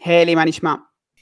היי, מה נשמע?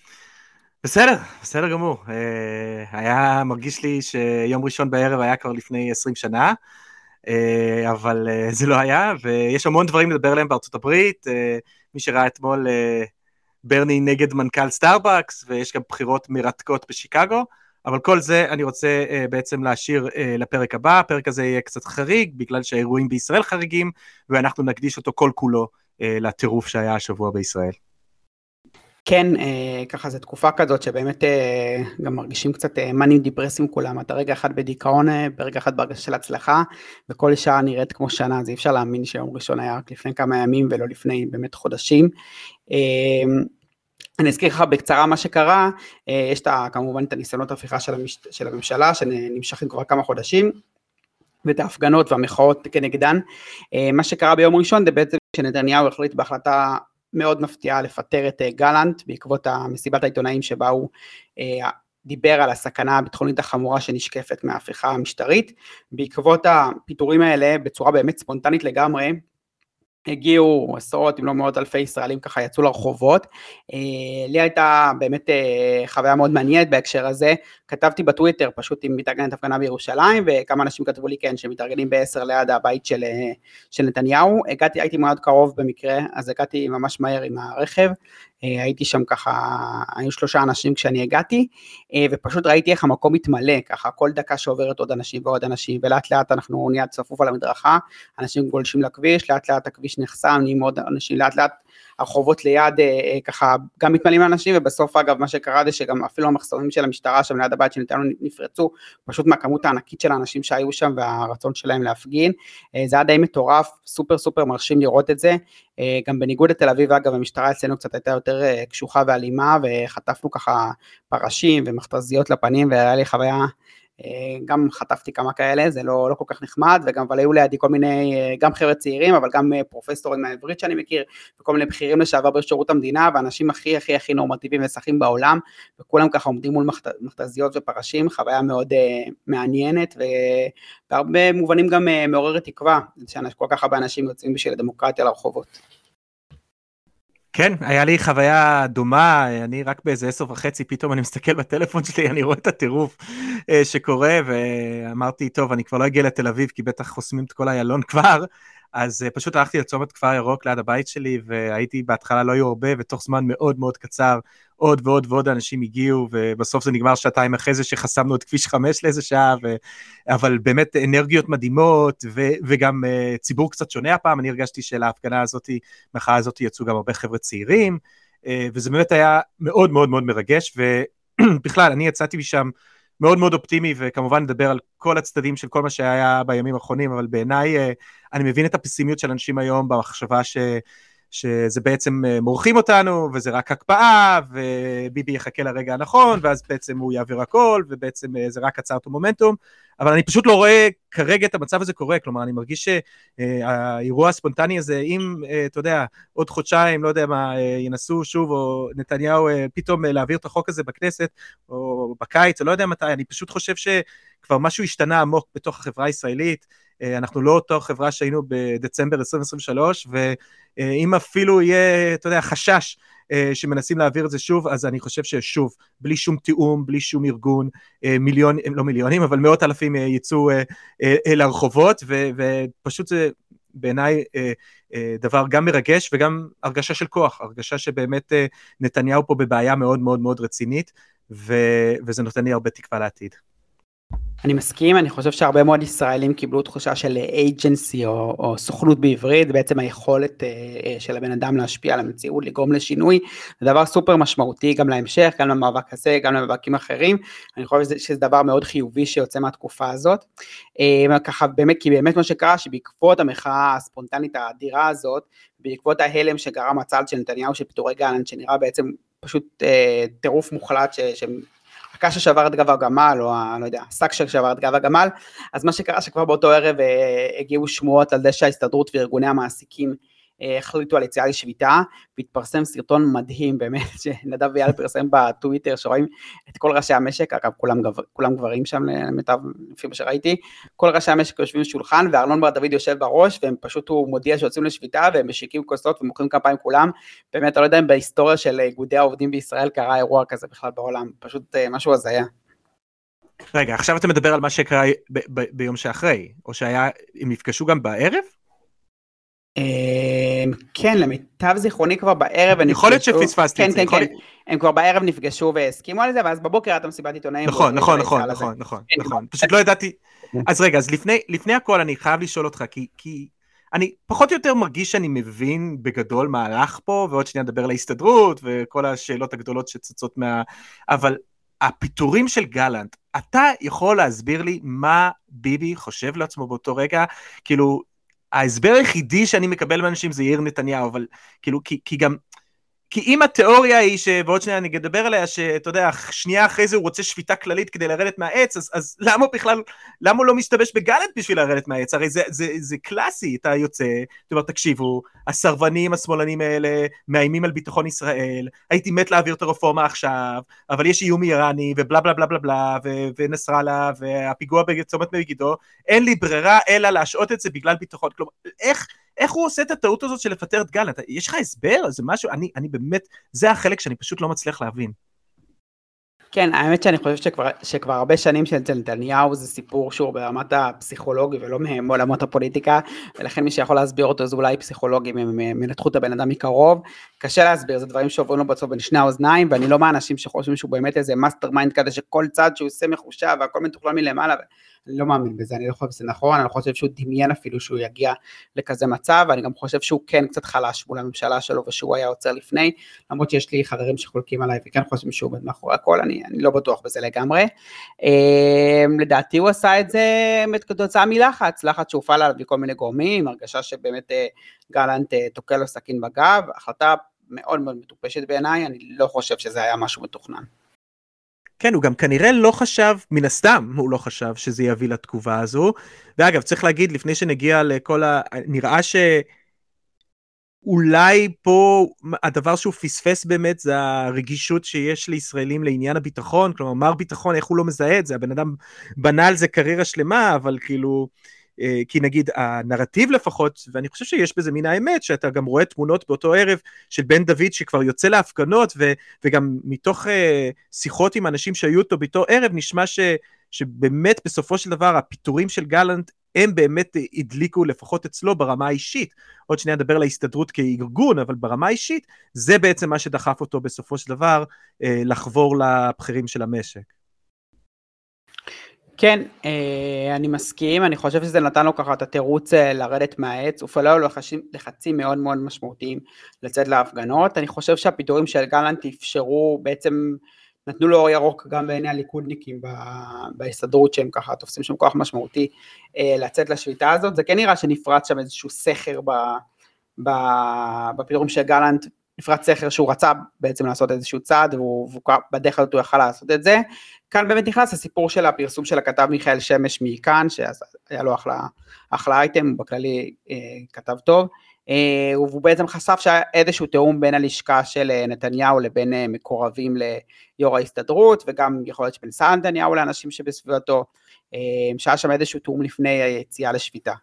בסדר גמור. היה מרגיש לי שיום ראשון בערב היה כבר לפני 20 שנה, אבל זה לא היה, ויש המון דברים לדבר עליהם בארצות הברית. מי שראה אתמול ברני נגד מנכ"ל סטארבקס, ויש גם בחירות מרתקות בשיקגו, אבל כל זה אני רוצה בעצם להשאיר לפרק הבא. הפרק הזה יהיה קצת חריג, בגלל שהאירועים בישראל חריגים, ואנחנו נקדיש אותו כל כולו לטירוף שהיה השבוע בישראל. כן, ככה זו תקופה כזאת שבאמת גם מרגישים קצת מנים דיפרסים כולם, אתה רגע אחד בדיכאון, ברגע אחד בהרגשה של הצלחה, וכל שעה נראית כמו שנה, אז אי אפשר להאמין שיום ראשון היה רק לפני כמה ימים ולא לפני באמת חודשים. אני אזכיר לך בקצרה מה שקרה, יש כמובן את הניסיונות ההפיכה של הממשלה, שנמשכים כבר כמה חודשים, ואת ההפגנות והמחאות כנגדן. מה שקרה ביום ראשון זה בעצם שנתניהו החליט בהחלטה מאוד מפתיעה לפטר את גלנט, בעקבות מסיבת העיתונאים שבה הוא דיבר על הסכנה הביטחונית החמורה שנשקפת מההפיכה המשטרית. בעקבות הפיטורים האלה, בצורה באמת ספונטנית לגמרי, הגיעו עשרות אם לא מאות אלפי ישראלים ככה יצאו לרחובות. לי הייתה באמת חוויה מאוד מעניינת בהקשר הזה, כתבתי בטוויטר פשוט עם מתארגנת הפגנה בירושלים, וכמה אנשים כתבו לי כן שמתארגנים ב10 ליד הבית של נתניהו. הייתי מאוד קרוב במקרה, אז הגעתי ממש מהר עם הרכב, הייתי שם ככה, היו 3 אנשים כשאני הגעתי, ופשוט ראיתי איך המקום מתמלא, ככה כל דקה שעוברת עוד אנשים ועוד אנשים, ולאט לאט אנחנו נהיה צפוף על המדרכה, אנשים גולשים לכביש, לאט לאט הכביש נחסם, נהיים עוד אנשים, לאט לאט הרחובות ליד ככה גם מתמלאים לאנשים, ובסוף אגב מה שקרה זה שגם אפילו המחסומים של המשטרה שם ליד הבית שנתנו נפרצו, פשוט מהכמות הענקית של האנשים שהיו שם והרצון שלהם להפגין. זה היה די מטורף, סופר סופר מרשים לראות את זה, גם בניגוד לתל אביב אגב המשטרה אצלנו קצת הייתה יותר קשוחה ואלימה, וחטפנו ככה פרשים ומכתזיות לפנים, והיה לי חוויה, גם חטפתי כמה כאלה, זה לא כל כך נחמד, וגם אבל היו לידי כל מיני, גם חבר'ה צעירים, אבל גם פרופסורים מהעברית שאני מכיר, וכל מיני בכירים לשעבר בשירות המדינה, ואנשים הכי הכי הכי נורמטיביים ושחים בעולם, וכולם ככה עומדים מול מכתזיות ופרשים, חוויה מאוד מעניינת, ובהרבה מובנים גם מעוררת תקווה, שכל כך הרבה אנשים יוצאים בשביל הדמוקרטיה לרחובות. כן, היה לי חוויה דומה, אני רק באיזה 10:30, פתאום אני מסתכל בטלפון שלי, אני רואה את הטירוף שקורה, ואמרתי, טוב, אני כבר לא אגיע לתל אביב, כי בטח חוסמים את כל איילון כבר, אז פשוט הלכתי לצומת כפר ירוק ליד הבית שלי, והייתי בהתחלה לא היו הרבה, ותוך זמן מאוד מאוד קצר, עוד ועוד ועוד אנשים הגיעו, ובסוף זה נגמר 2 אחרי זה שחסמנו את כביש 5 לאיזה שעה, אבל באמת אנרגיות מדהימות, וגם ציבור קצת שונה הפעם. אני הרגשתי שלהפגנה הזאת, מחאה הזאת יצאו גם הרבה חבר'ה צעירים, וזה באמת היה מאוד מאוד מאוד מרגש, ובכלל אני יצאתי משם מאוד מאוד אופטימי, וכמובן נדבר על כל הצדדים של כל מה שהיה בימים האחרונים, אבל בעיניי אני מבין את הפסימיות של אנשים היום במחשבה שזה בעצם מורחים אותנו, וזה רק הקפאה, וביבי יחכה לרגע הנכון, ואז בעצם הוא יעביר הכל, ובעצם זה רק הצעת מומנטום, אבל אני פשוט לא רואה כרגע את המצב הזה קורה, כלומר אני מרגיש שהאירוע הספונטני הזה, אם אתה יודע, עוד חודשיים, לא יודע מה, ינסו שוב, או נתניהו פתאום להעביר את החוק הזה בכנסת, או בקיץ, או לא יודע מתי, אני פשוט חושב שכבר משהו השתנה עמוק בתוך החברה הישראלית, אנחנו לא אותו חברה שהיינו בדצמבר 2023, ואם אפילו יהיה, אתה יודע, חשש שמנסים להעביר את זה שוב, אז אני חושב ששוב, בלי שום תיאום, בלי שום ארגון, לא מיליונים, אבל 100,000 יצאו לרחובות, ופשוט זה בעיניי דבר גם מרגש, וגם הרגשה של כוח, הרגשה שבאמת נתניהו פה בבעיה מאוד מאוד מאוד רצינית, וזה נותן לי הרבה תקווה לעתיד. אני מסכים, אני חושב שהרבה מאוד ישראלים קיבלו תחושה של agency או סוכנות בעברית, בעצם היכולת של הבן אדם להשפיע על המציאות, לגרום לשינוי, זה דבר סופר משמעותי גם להמשך, גם למאבק הזה, גם למאבקים אחרים, אני חושב שזה דבר מאוד חיובי שיוצא מהתקופה הזאת, ככה באמת, כי באמת מה שקרה שבעקבות המחאה הספונטנית האדירה הזאת, בעקבות ההלם שגרם הצעד של נתניהו של פיטורי גלנט, שנראה בעצם פשוט טירוף מוחלט הקש ששבר את גב הגמל, או לא יודע, שק ששבר את גב הגמל, אז מה שקרה שכבר באותו ערב הגיעו שמועות על זה שההסתדרות וארגוני המעסיקים החליטו על יציאה לשביתה, והתפרסם סרטון מדהים באמת, שנדב ויאל פרסם בטוויטר, שרואים את כל ראשי המשק, אגב כולם גברים שם למיטב, לפי מה שראיתי, כל ראשי המשק יושבים בשולחן, וארנון בר דוד יושב בראש, והם פשוט הוא מודיע שיוצאים לשביתה, והם משיקים כוסות ומוכרים כפיים כולם, באמת, אני לא יודע אם בהיסטוריה של איגודי העובדים בישראל קרה אירוע כזה בכלל בעולם, פשוט משהו הזיה. רגע, עכשיו אתה מדבר על מה שקרה ביום שאחרי, או שהיה, הם נפגשו גם בערב? כן, למיטב זיכרוני כבר בערב, יכול להיות שפספסתי את זה. כן, הם כבר בערב נפגשו והסכימו על זה, ואז בבוקר הייתה מסיבת עיתונאים. נכון, פשוט לא ידעתי. אז רגע, אז לפני הכל אני חייב לשאול אותך, כי אני פחות או יותר מרגיש שאני מבין בגדול מה הלך פה, ועוד שנייה נדבר על ההסתדרות, וכל השאלות הגדולות שצצות אבל הפיטורים של גלנט, אתה יכול להסביר לי מה ביבי חושב לעצמו באותו רגע? כאילו, ההסבר היחידי שאני מקבל מאנשים זה יאיר נתניהו, אבל כאילו, כי אם התיאוריה היא ועוד שנייה אני אדבר עליה, שאתה יודע, שנייה אחרי זה הוא רוצה שביתה כללית כדי לרדת מהעץ, אז למה הוא לא מסתבש בגלנט בשביל לרדת מהעץ? הרי זה קלאסי, אתה יוצא, אתה אומר, תקשיבו, הסרבנים, השמאלנים האלה, מאיימים על ביטחון ישראל, הייתי מת להעביר את הרפורמה עכשיו, אבל יש איום איראני, ובלה בלה בלה בלה בלה, ונסראללה, והפיגוע בצומת מגידו, אין לי ברירה אלא להשעות את זה בגלל ביטחון. כלומר, איך הוא עושה את הטעות הזאת של לפטר את גלנט? יש לך הסבר? זה משהו, אני באמת, זה החלק שאני פשוט לא מצליח להבין. כן, האמת שאני חושב שכבר הרבה שנים שאצל נתניהו זה סיפור שהוא ברמת הפסיכולוגי ולא מעולמות הפוליטיקה, ולכן מי שיכול להסביר אותו זה אולי פסיכולוגים, הם מנתחו את הבן אדם מקרוב, קשה להסביר, זה דברים שעוברים לו בסוף בין שני האוזניים, ואני לא מהאנשים שחושבים שהוא באמת איזה מאסטר מיינד כזה, שכל צד שהוא עושה מחושב והכל מתוכלל מלמעלה, אני לא מאמין בזה, אני לא חושב שזה נכון, אני לא חושב שהוא דמיין אפילו שהוא יגיע לכזה מצב, ואני גם חושב שהוא כן קצת חלש מול הממשלה שלו, ושהוא היה עוצר לפני, למרות שיש לי חברים שחולקים עליי, וכן חושבים שהוא עומד מאחורי הכל, אני לא בטוח בזה לגמרי. לדעתי הוא עשה את זה כתוצאה מלחץ, לחץ שהופעל עליו מכל מיני גורמים, הרגשה שבאמת גלנט תוקע לו סכין בגב, החלטה מאוד מאוד מטופשת בעיניי, אני לא חושב שזה היה משהו מתוכנן. כן, הוא גם כנראה לא חשב, מן הסתם הוא לא חשב שזה יביא לתגובה הזו, ואגב, צריך להגיד, לפני שנגיע לכל נראה שאולי פה הדבר שהוא פספס באמת, זה הרגישות שיש לישראלים לעניין הביטחון, כלומר, מר ביטחון, איך הוא לא מזהה את זה, הבן אדם בנה על זה קריירה שלמה, אבל כאילו, כי נגיד הנרטיב לפחות, ואני חושב שיש בזה מן האמת, שאתה גם רואה תמונות באותו ערב של בן דוד שכבר יוצא להפגנות, וגם מתוך שיחות עם אנשים שהיו אותו באותו ערב, נשמע שבאמת בסופו של דבר הפיטורים של גלנט, הם באמת הדליקו לפחות אצלו ברמה האישית, עוד שנייה נדבר על ההסתדרות כארגון, אבל ברמה האישית, זה בעצם מה שדחף אותו בסופו של דבר, לחבור לבחירים של המשק. כן, אני מסכים, אני חושב שזה נתן לו ככה את התירוץ לרדת מהעץ, הופעלו לו לחצים מאוד מאוד משמעותיים לצאת להפגנות, אני חושב שהפיטורים של גלנט אפשרו, בעצם נתנו לו אור ירוק גם בעיני הליכודניקים בהסתדרות שהם ככה תופסים שם כוח משמעותי לצאת לשביתה הזאת, זה כן נראה שנפרץ שם איזשהו סכר בפיטורים של גלנט, נפרץ סכר שהוא רצה בעצם לעשות איזשהו צעד, ובדרך כלל הוא יכל לעשות את זה. כאן באמת נכנס הסיפור של הפרסום של הכתב מיכאל שמש מכאן, שהיה לו אחלה אייטם, הוא בכללי כתב טוב, והוא בעצם חשף שהיה איזשהו תאום בין הלשכה של נתניהו לבין מקורבים ליו"ר ההסתדרות, וגם יכול להיות שבין שר נתניהו לאנשים שבסביבתו, שהיה שם איזשהו תאום לפני היציאה לשביתה.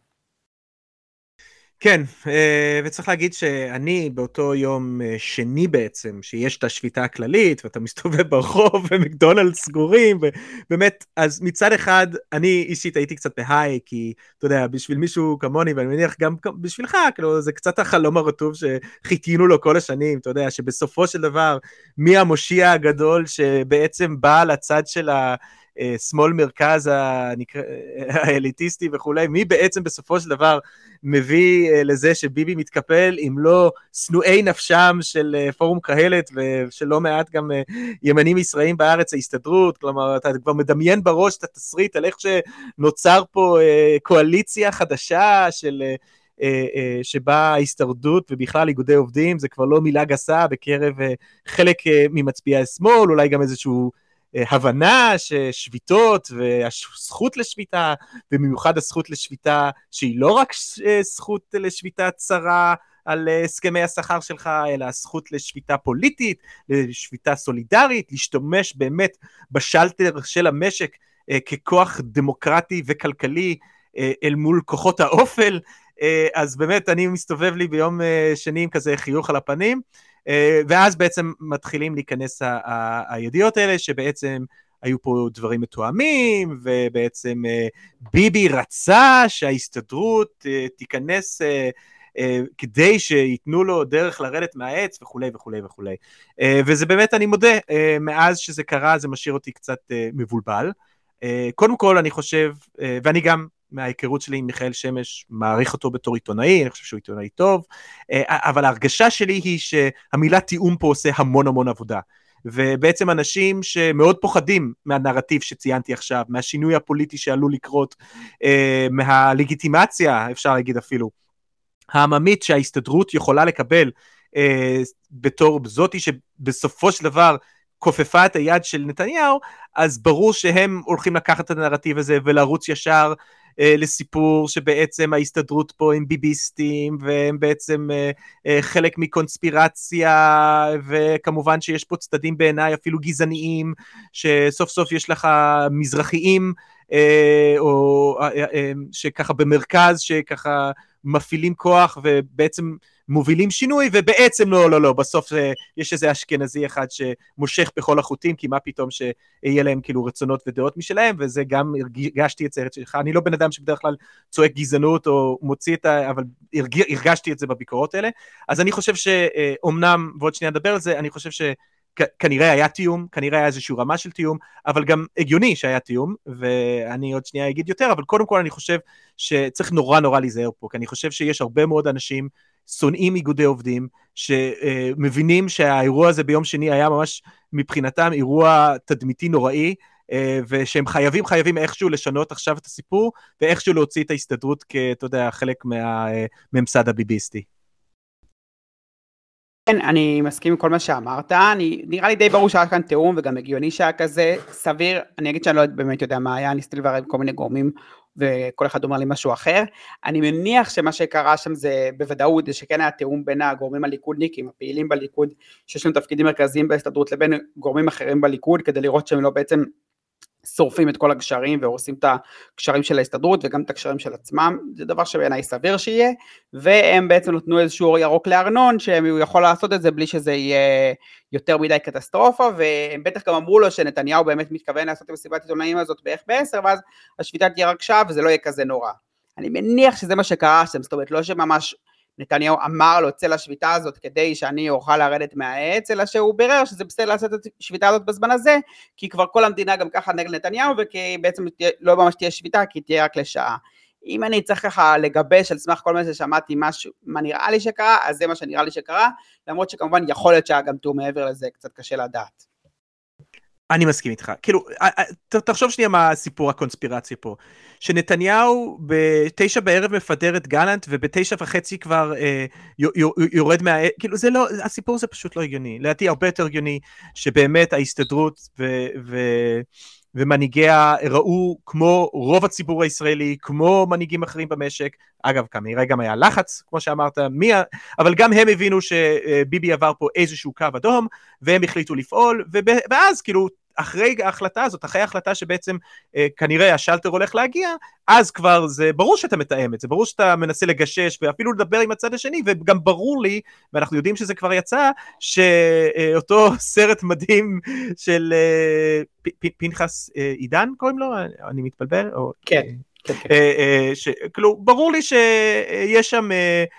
כן, וצריך להגיד שאני באותו יום שני בעצם, שיש את השביתה הכללית, ואתה מסתובב ברחוב, ומקדונלדס סגורים, ובאמת, אז מצד אחד, אני אישית הייתי קצת בהיי, כי אתה יודע, בשביל מישהו כמוני, ואני מניח גם בשבילך, כאילו, זה קצת החלום הרטוב שחיכינו לו כל השנים, אתה יודע, שבסופו של דבר, מי המושיע הגדול שבעצם בא לצד של שמאל מרכז האליטיסטי וכולי, מי בעצם בסופו של דבר מביא לזה שביבי מתקפל, אם לא שנואי נפשם של פורום קהלת, ושל לא מעט גם ימנים ישראלים בארץ, ההסתדרות, כלומר, אתה כבר מדמיין בראש את התסריט, על איך שנוצר פה קואליציה חדשה שבה ההסתדרות ובכלל איגודי עובדים, זה כבר לא מילה גסה בקרב חלק ממצביעי השמאל, אולי גם איזשהו הבנה ששביתות והזכות לשביתה, ובמיוחד הזכות לשביתה שהיא לא רק זכות לשביתה צרה על הסכמי השכר שלך, אלא הזכות לשביתה פוליטית, לשביתה סולידרית, להשתמש באמת בשלטר של המשק ככוח דמוקרטי וכלכלי אל מול כוחות האופל. אז באמת אני מסתובב לי ביום שני עם כזה חיוך על הפנים, ואז בעצם מתחילים להיכנס הידיעות האלה שבעצם היו פה דברים מתואמים, ובעצם ביבי רצה שההסתדרות תיכנס כדי שיתנו לו דרך לרדת מהעץ וכולי וכולי וכולי. וזה באמת, אני מודה, מאז שזה קרה זה משאיר אותי קצת מבולבל. קודם כל אני חושב, ואני גם מההיכרות שלי עם מיכאל שמש מעריך אותו בתור עיתונאי, אני חושב שהוא עיתונאי טוב, אבל ההרגשה שלי היא שהמילה תיאום פה עושה המון המון עבודה. ובעצם אנשים שמאוד פוחדים מהנרטיב שציינתי עכשיו, מהשינוי הפוליטי שעלול לקרות, מהלגיטימציה, אפשר להגיד אפילו, העממית שההסתדרות יכולה לקבל בתור זאתי שבסופו של דבר כופפה את היד של נתניהו, אז ברור שהם הולכים לקחת את הנרטיב הזה ולרוץ ישר לסיפור שבעצם ההסתדרות פה הם ביביסטים, והם בעצם חלק מקונספירציה, וכמובן שיש פה צדדים בעיניי אפילו גזעניים, שסוף סוף יש לך מזרחיים, או שככה במרכז, שככה מפעילים כוח, ובעצם מובילים שינוי, ובעצם לא, בסוף יש איזה אשכנזי אחד שמושך בכל החוטים, כי מה פתאום שיהיה להם כאילו רצונות ודעות משלהם, וזה גם הרגשתי את זה, אני לא בן אדם שבדרך כלל צועק גזענות, או מוציא אבל הרגשתי את זה בביקורות האלה, אז אני חושב שאומנם, ועוד שנייה נדבר על זה, אני חושב שכנראה היה תיאום, כנראה היה איזשהו רמה של תיאום, אבל גם הגיוני שהיה תיאום, ואני עוד שנייה אגיד יותר, אבל קודם כל אני חושב שצריך נורא נורא להיזהר פה, כי אני חושב שיש הרבה מאוד אנשים שונאים איגודי עובדים, שמבינים שהאירוע הזה ביום שני היה ממש מבחינתם אירוע תדמיתי נוראי, ושהם חייבים איכשהו לשנות עכשיו את הסיפור, ואיכשהו להוציא את ההסתדרות אתה יודע, חלק מהממסד הביביסטי. כן, אני מסכים עם כל מה שאמרת, נראה לי די ברור שהיה כאן תיאום, וגם הגיוני שהיה כזה סביר, אני אגיד שאני לא באמת יודע מה היה, ניסיתי לברר עם כל מיני גורמים, וכל אחד אומר לי משהו אחר, אני מניח שמה שקרה שם זה בוודאות, זה שכן היה תיאום בין הגורמים הליכודניקים, הפעילים בליכוד, שיש להם תפקידים מרכזיים בהסתדרות, לבין גורמים אחרים בליכוד, כדי לראות שהם לא בעצם שורפים את כל הקשרים, והורסים את הקשרים של ההסתדרות, וגם את הקשרים של עצמם, זה דבר שבעיניי סביר שיהיה, והם בעצם נתנו איזשהו אור ירוק לארנון, שהוא יכול לעשות את זה, בלי שזה יהיה יותר מדי קטסטרופה, והם בטח גם אמרו לו, שנתניהו באמת מתכוון לעשות את מסיבת עיתונאים הזאת, בערך ב-10, ואז השביתה תהיה רק שעה, וזה לא יהיה כזה נורא. אני מניח שזה מה שקרה שם, זאת אומרת, לא שממש נתניהו אמר לו, צא לשביתה הזאת, כדי שאני אוכל לרדת מהעץ, אלא שהוא בירר שזה בסדר לעשות את השביתה הזאת בזמן הזה, כי כבר כל המדינה גם ככה נגד נתניהו, וכי בעצם לא ממש תהיה שביתה, כי תהיה רק לשעה. אם אני צריך ככה לגבש על סמך כל מה ששמעתי מה נראה לי שקרה, אז זה מה שנראה לי שקרה, למרות שכמובן יכול להיות שהיה גם תיאום מעבר לזה, קצת קשה לדעת. אני מסכים איתך, כאילו, תחשוב שנייה מה סיפור הקונספירציה פה, שנתניהו ב9 בערב מפדר את גלנט, וב9:30 כבר יורד כאילו זה לא, הסיפור זה פשוט לא הגיוני, לדעתי הרבה יותר הגיוני, שבאמת ההסתדרות ומנהיגיה ראו כמו רוב הציבור הישראלי, כמו מנהיגים אחרים במשק, אגב כנראה גם היה לחץ, כמו שאמרת, אבל גם הם הבינו שביבי עבר פה איזשהו קו אדום, והם החליטו לפעול, ואז כאילו, אחרי ההחלטה הזאת, אחרי ההחלטה שבעצם כנראה השלטר הולך להגיע, אז כבר זה ברור שאתה מתאם את זה, ברור שאתה מנסה לגשש, ואפילו לדבר עם הצד השני, וגם ברור לי, ואנחנו יודעים שזה כבר יצא, שאותו סרט מדהים של פנחס עידן, קוראים לו? אני מתבלבל? כן. כאילו, ברור לי שיש שם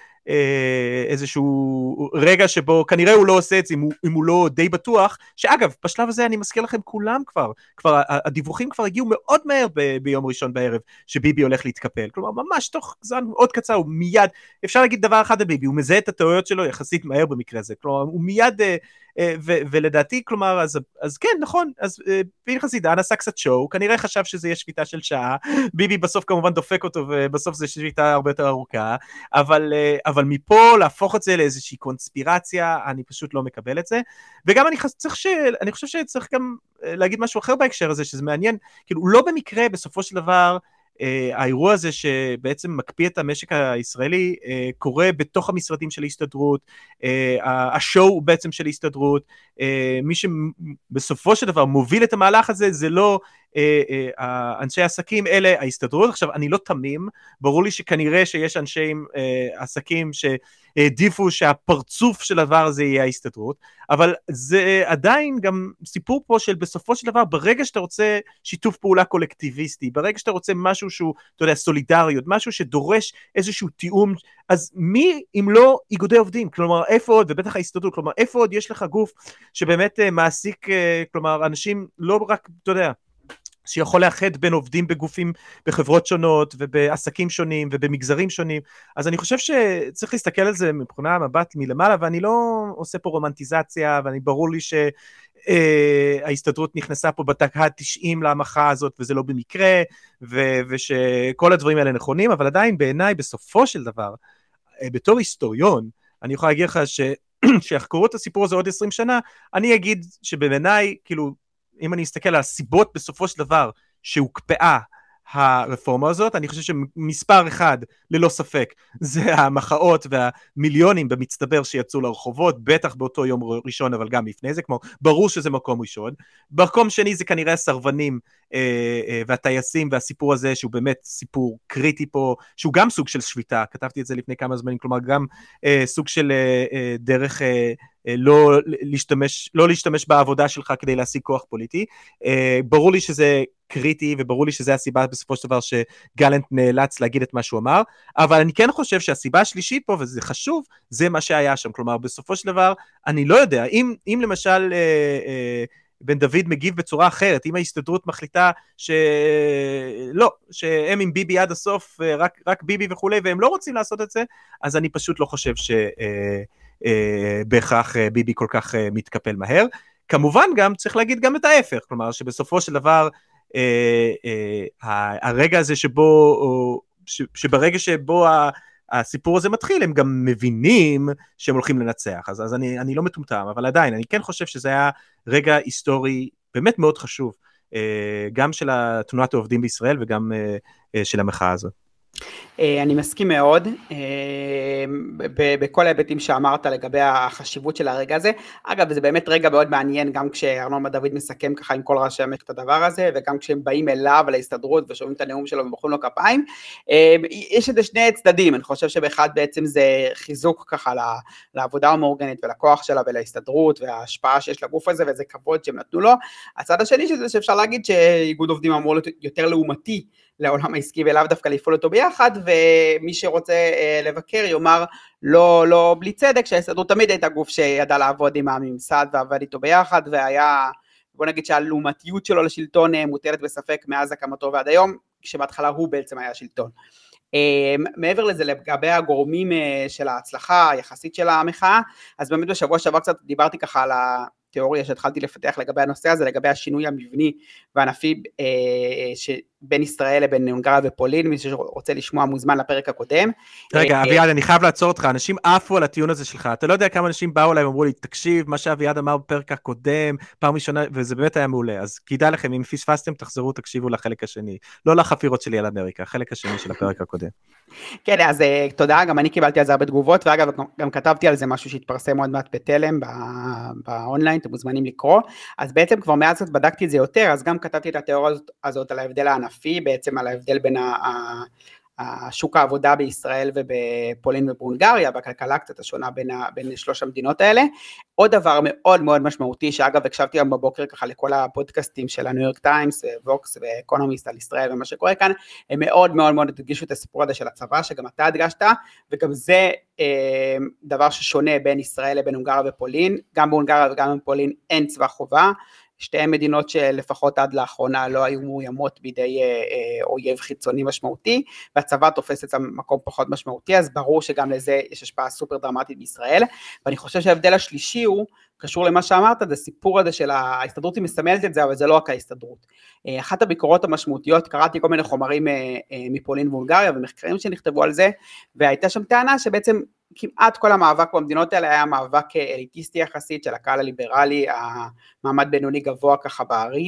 איזשהו רגע שבו כנראה הוא לא עושה את זה אם הוא לא די בטוח, שאגב בשלב הזה אני מזכיר לכם כולם כבר הדיווחים כבר הגיעו מאוד מהר ביום ראשון בערב שביבי הולך להתקפל, כלומר ממש תוך זמן מאוד קצר הוא מיד, אפשר להגיד דבר אחד על ביבי, הוא מזהה את הטעויות שלו יחסית מהר במקרה הזה, כלומר הוא מיד ולדעתי כלומר אז כן נכון, אז פנחס עידן עשה קצת שואו, כנראה חשב שזה יהיה שביתה של שעה, ביבי בסוף כמובן דופק אותו ובסוף זה שביתה הרבה יותר ארוכה, אבל מפה להפוך את זה לאיזושהי קונספירציה, אני פשוט לא מקבל את זה, וגם אני חושב שצריך גם להגיד משהו אחר בהקשר הזה, שזה מעניין, כאילו לא במקרה בסופו של דבר, האירוע הזה שבעצם מקפיא את המשק הישראלי, קורה בתוך המשרדים של ההסתדרות, השואו בעצם של ההסתדרות, מי שבסופו של דבר מוביל את המהלך הזה, זה לא אנשי עסקים, אלה ההסתדרות. עכשיו, אני לא תמים, ברור לי שכנראה שיש אנשי עסקים שהעדיפו שהפרצוף של הדבר הזה יהיה ההסתדרות, אבל זה עדיין גם סיפור פה של בסופו של דבר, ברגע שאתה רוצה שיתוף פעולה קולקטיביסטי, ברגע שאתה רוצה משהו שהוא, אתה יודע, סולידריות, משהו שדורש איזשהו תיאום, אז מי אם לא איגודי עובדים? כלומר, איפה עוד, ובטח ההסתדרות, כלומר, איפה עוד יש לך גוף שבאמת מעסיק, כלומר, אנשים לא רק, אתה יודע, שיכול לאחד בין עובדים בגופים, בחברות שונות, ובעסקים שונים, ובמגזרים שונים. אז אני חושב שצריך להסתכל על זה מבחינה מבט מלמעלה, ואני לא עושה פה רומנטיזציה, ואני ברור לי שההסתדרות נכנסה פה בדקה ה-90 למחאה הזאת, וזה לא במקרה, ושכל הדברים האלה נכונים, אבל עדיין בעיניי, בסופו של דבר, בתור היסטוריון, אני יכול להגיד לך שיחקרו את הסיפור הזה עוד 20 שנה, אני אגיד שבעיניי, כאילו, אם אני אסתכל על הסיבות בסופו של דבר שהוקפאה הרפורמה הזאת, אני חושב שמספר אחד ללא ספק זה המחאות והמיליונים במצטבר שיצאו לרחובות, בטח באותו יום ראשון אבל גם לפני זה, כמו ברור שזה מקום ראשון. מקום שני זה כנראה הסרבנים והטייסים והסיפור הזה שהוא באמת סיפור קריטי פה, שהוא גם סוג של שביתה, כתבתי את זה לפני כמה זמנים, כלומר גם סוג של דרך לא להשתמש בעבודה שלך כדי להשיג כוח פוליטי. ברור לי שזה קריטי, וברור לי שזה הסיבה בסופו של דבר שגלנט נאלץ להגיד את מה שהוא אמר, אבל אני כן חושב שהסיבה השלישית פה, וזה חשוב, זה מה שהיה שם. כלומר, בסופו של דבר, אני לא יודע, אם למשל בן דוד מגיב בצורה אחרת, אם ההסתדרות מחליטה שלא, שהם עם ביבי עד הסוף, רק ביבי וכו', והם לא רוצים לעשות את זה, אז אני פשוט לא חושב בהכרח ביבי כל כך מתקפל מהר. כמובן גם צריך להגיד גם את ההפך, כלומר שבסופו של דבר הרגע הזה שברגע שבו הסיפור הזה מתחיל, הם גם מבינים שהם הולכים לנצח, אז אני לא מטומטם, אבל עדיין, אני כן חושב שזה היה רגע היסטורי באמת מאוד חשוב, גם של תנועת העובדים בישראל וגם של המחאה הזאת. אני מסכים מאוד בכל ההיבטים שאמרת לגבי החשיבות של הרגע הזה. אגב, זה באמת רגע מאוד מעניין, גם כשארנון בר דוד מסכם ככה עם כל ראשי המשק את הדבר הזה, וגם כשהם באים אליו להסתדרות ושומעים את הנאום שלו ומוחאים לו כפיים. יש את שני צדדים, אני חושב שבאחד בעצם זה חיזוק ככה לעבודה המאורגנת ולכוח שלה ולהסתדרות וההשפעה שיש לגוף הזה, וזה כבוד שהם נתנו לו. הצד השני של זה שאפשר להגיד שאיגוד עובדים אמור להיות יותר לעומתי לעולם העסקי ולאו דווקא לפעול אותו ביחד, ומי שרוצה לבקר יאמר לא בלי צדק, שההסתדרות תמיד הייתה גוף שידע לעבוד עם הממסד ועבד איתו ביחד, והיה, בוא נגיד שהלעומתיות שלו לשלטון מוטלת בספק מאז הקמתו ועד היום, כשבהתחלה הוא בעצם היה שלטון. מעבר לזה, לגבי הגורמים של ההצלחה היחסית של המחאה, אז באמת בשבוע שעבר קצת דיברתי ככה על התיאוריה שהתחלתי לפתח לגבי הנושא הזה, לגבי השינוי המבני והענפי בין ישראל לבין הונגריה ופולין. מי שרוצה לשמוע מוזמן לפרק הקודם. רגע, אביעד, אני חייב לעצור אותך, אנשים עפו על הטיעון הזה שלך, אתה לא יודע כמה אנשים באו אליי ואמרו לי, תקשיב, מה שאביעד אמר בפרק הקודם, פעם ראשונה, וזה באמת היה מעולה, אז כדאי לכם, אם פספסתם, תחזרו, תקשיבו לחלק השני, לא לחפירות שלי על אמריקה, החלק השני של הפרק הקודם. כן, אז תודה, גם אני קיבלתי על זה הרבה תגובות, ואגב, גם כתבתי על זה משהו שהתפרסם עוד מעט בתלם, באונליין, אתם מוזמנים לקרוא. אז בעצם כבר מאז קצת בדקתי את זה יותר, אז גם כתבתי את התיאוריה הזאת על ההבדל הענפי, בעצם על ההבדל בין השוק העבודה בישראל ובפולין ובהונגריה, בכלכלה קצת השונה בין שלוש המדינות האלה. עוד דבר מאוד מאוד משמעותי, שאגב הקשבתי היום בבוקר ככה לכל הפודקאסטים של הניו יורק טיימס, ווקס ואקונומיסט על ישראל ומה שקורה כאן, הם מאוד מאוד מאוד הדגישו את הסיפור הזה של הצבא, שגם אתה הדגשת, וגם זה דבר ששונה בין ישראל לבין הונגריה ופולין, גם בהונגריה וגם בפולין אין צבא חובה, שתי מדינות שלפחות עד לאחרונה לא היו מאוימות בידי אויב חיצוני משמעותי, והצבא תופס את המקום פחות משמעותי, אז ברור שגם לזה יש השפעה סופר דרמטית בישראל, ואני חושב שההבדל השלישי הוא, קשור למה שאמרת, זה סיפור הזה של ההסתדרות היא מסמלת את זה, אבל זה לא רק ההסתדרות. אחת הביקורות המשמעותיות, קראתי כל מיני חומרים מפולין והונגריה, ומחקרים שנכתבו על זה, והייתה שם טענה שבעצם כמעט כל המאבק במדינות האלה היה מאבק אליטיסטי יחסית של הקהל הליברלי, המעמד בינוני גבוה ככה בערים,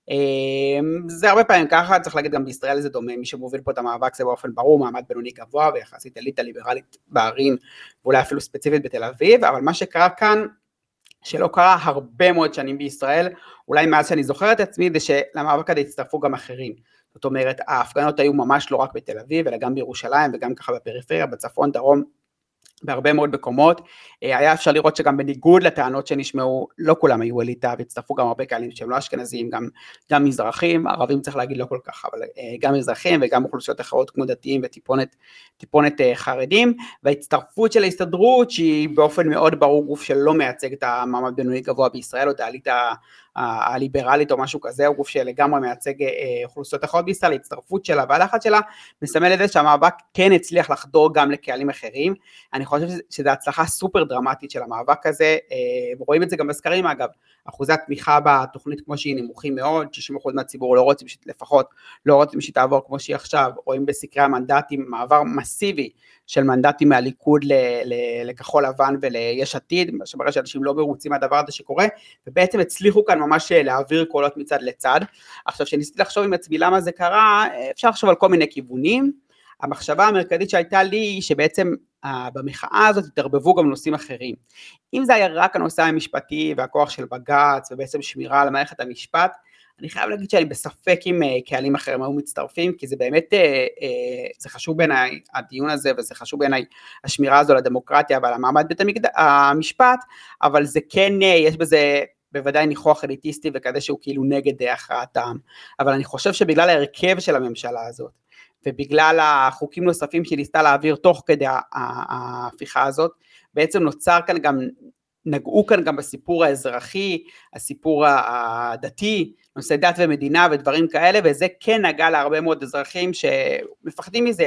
זה הרבה פעמים ככה, צריך להגיד גם בישראל זה דומה, מי שמוביל פה את המאבק זה באופן ברור, מעמד בינוני גבוה ויחסית אליטה ליברלית בערים, ואולי אפילו ספציפית בתל אביב, אבל מה שקרה כאן, שלא קרה הרבה מאוד שנים בישראל, אולי מאז שאני זוכר את עצמי, זה שלמאבק הזה הצטרפו גם אחרים, זאת אומרת, ההפגנות היו ממש לא רק בתל אביב, אלא גם בירושלים וגם ככה בפריפריה, בצפון, דרום, בהרבה מאוד מקומות, היה אפשר לראות שגם בניגוד לטענות שנשמעו, לא כולם היו אליטה, והצטרפו גם הרבה קהלים שהם לא אשכנזיים, גם מזרחים, ערבים צריך להגיד לא כל כך, אבל גם מזרחים וגם אוכלוסיות אחרות כמו דתיים וטיפונת חרדים, וההצטרפות של ההסתדרות, שהיא באופן מאוד ברור גוף שלא מייצג את המעמד בינוני גבוה בישראל, או את האליטה הליברלית או משהו כזה, הוא גוף שלגמרי מייצג אוכלוסיות אחרות בישראל, ההצטרפות שלה והלחץ שלה, מסמל את זה שהמאבק כן הצליח לחדור גם לקהלים אחרים, אני חושב שזו הצלחה סופר דרמטית של המאבק הזה, ורואים את זה גם בסקרים אגב, אחוזי התמיכה בתוכנית כמו שהיא נמוכים מאוד, 60% מהציבור לא רוצים לפחות, לא רוצים שתעבור כמו שהיא עכשיו, רואים בסקרי המנדטים מעבר מסיבי של מנדטים מהליכוד לכחול לבן וליש עתיד, שמראה שאנשים לא מרוצים מהדבר הזה שקורה, ובעצם הצליחו כאן ממש להעביר קולות מצד לצד. עכשיו שניסיתי לחשוב עם עצמי למה זה קרה, אפשר לחשוב על כל מיני כיוונים, המחשבה המרכזית שהייתה לי היא שבעצם במחאה הזאת התערבבו גם נושאים אחרים. אם זה היה רק הנושא המשפטי והכוח של בג"ץ ובעצם שמירה על מערכת המשפט, אני חייב להגיד שאני בספק אם קהלים אחרים היו מצטרפים, כי זה באמת, זה חשוב בעיניי הדיון הזה, וזה חשוב בעיניי השמירה הזו לדמוקרטיה ועל המעמד בית המשפט, אבל זה כן, יש בזה בוודאי ניחוח אליטיסטי וכזה שהוא כאילו נגד הכרעתם, אבל אני חושב שבגלל ההרכב של הממשלה הזאת, ובגלל החוקים נוספים שניסתה להעביר תוך כדי ההפיכה הזאת, בעצם נוצר כאן גם, נגעו כאן גם בסיפור האזרחי, הסיפור הדתי, נושא דת ומדינה ודברים כאלה, וזה כן נגע להרבה מאוד אזרחים שמפחדים מזה,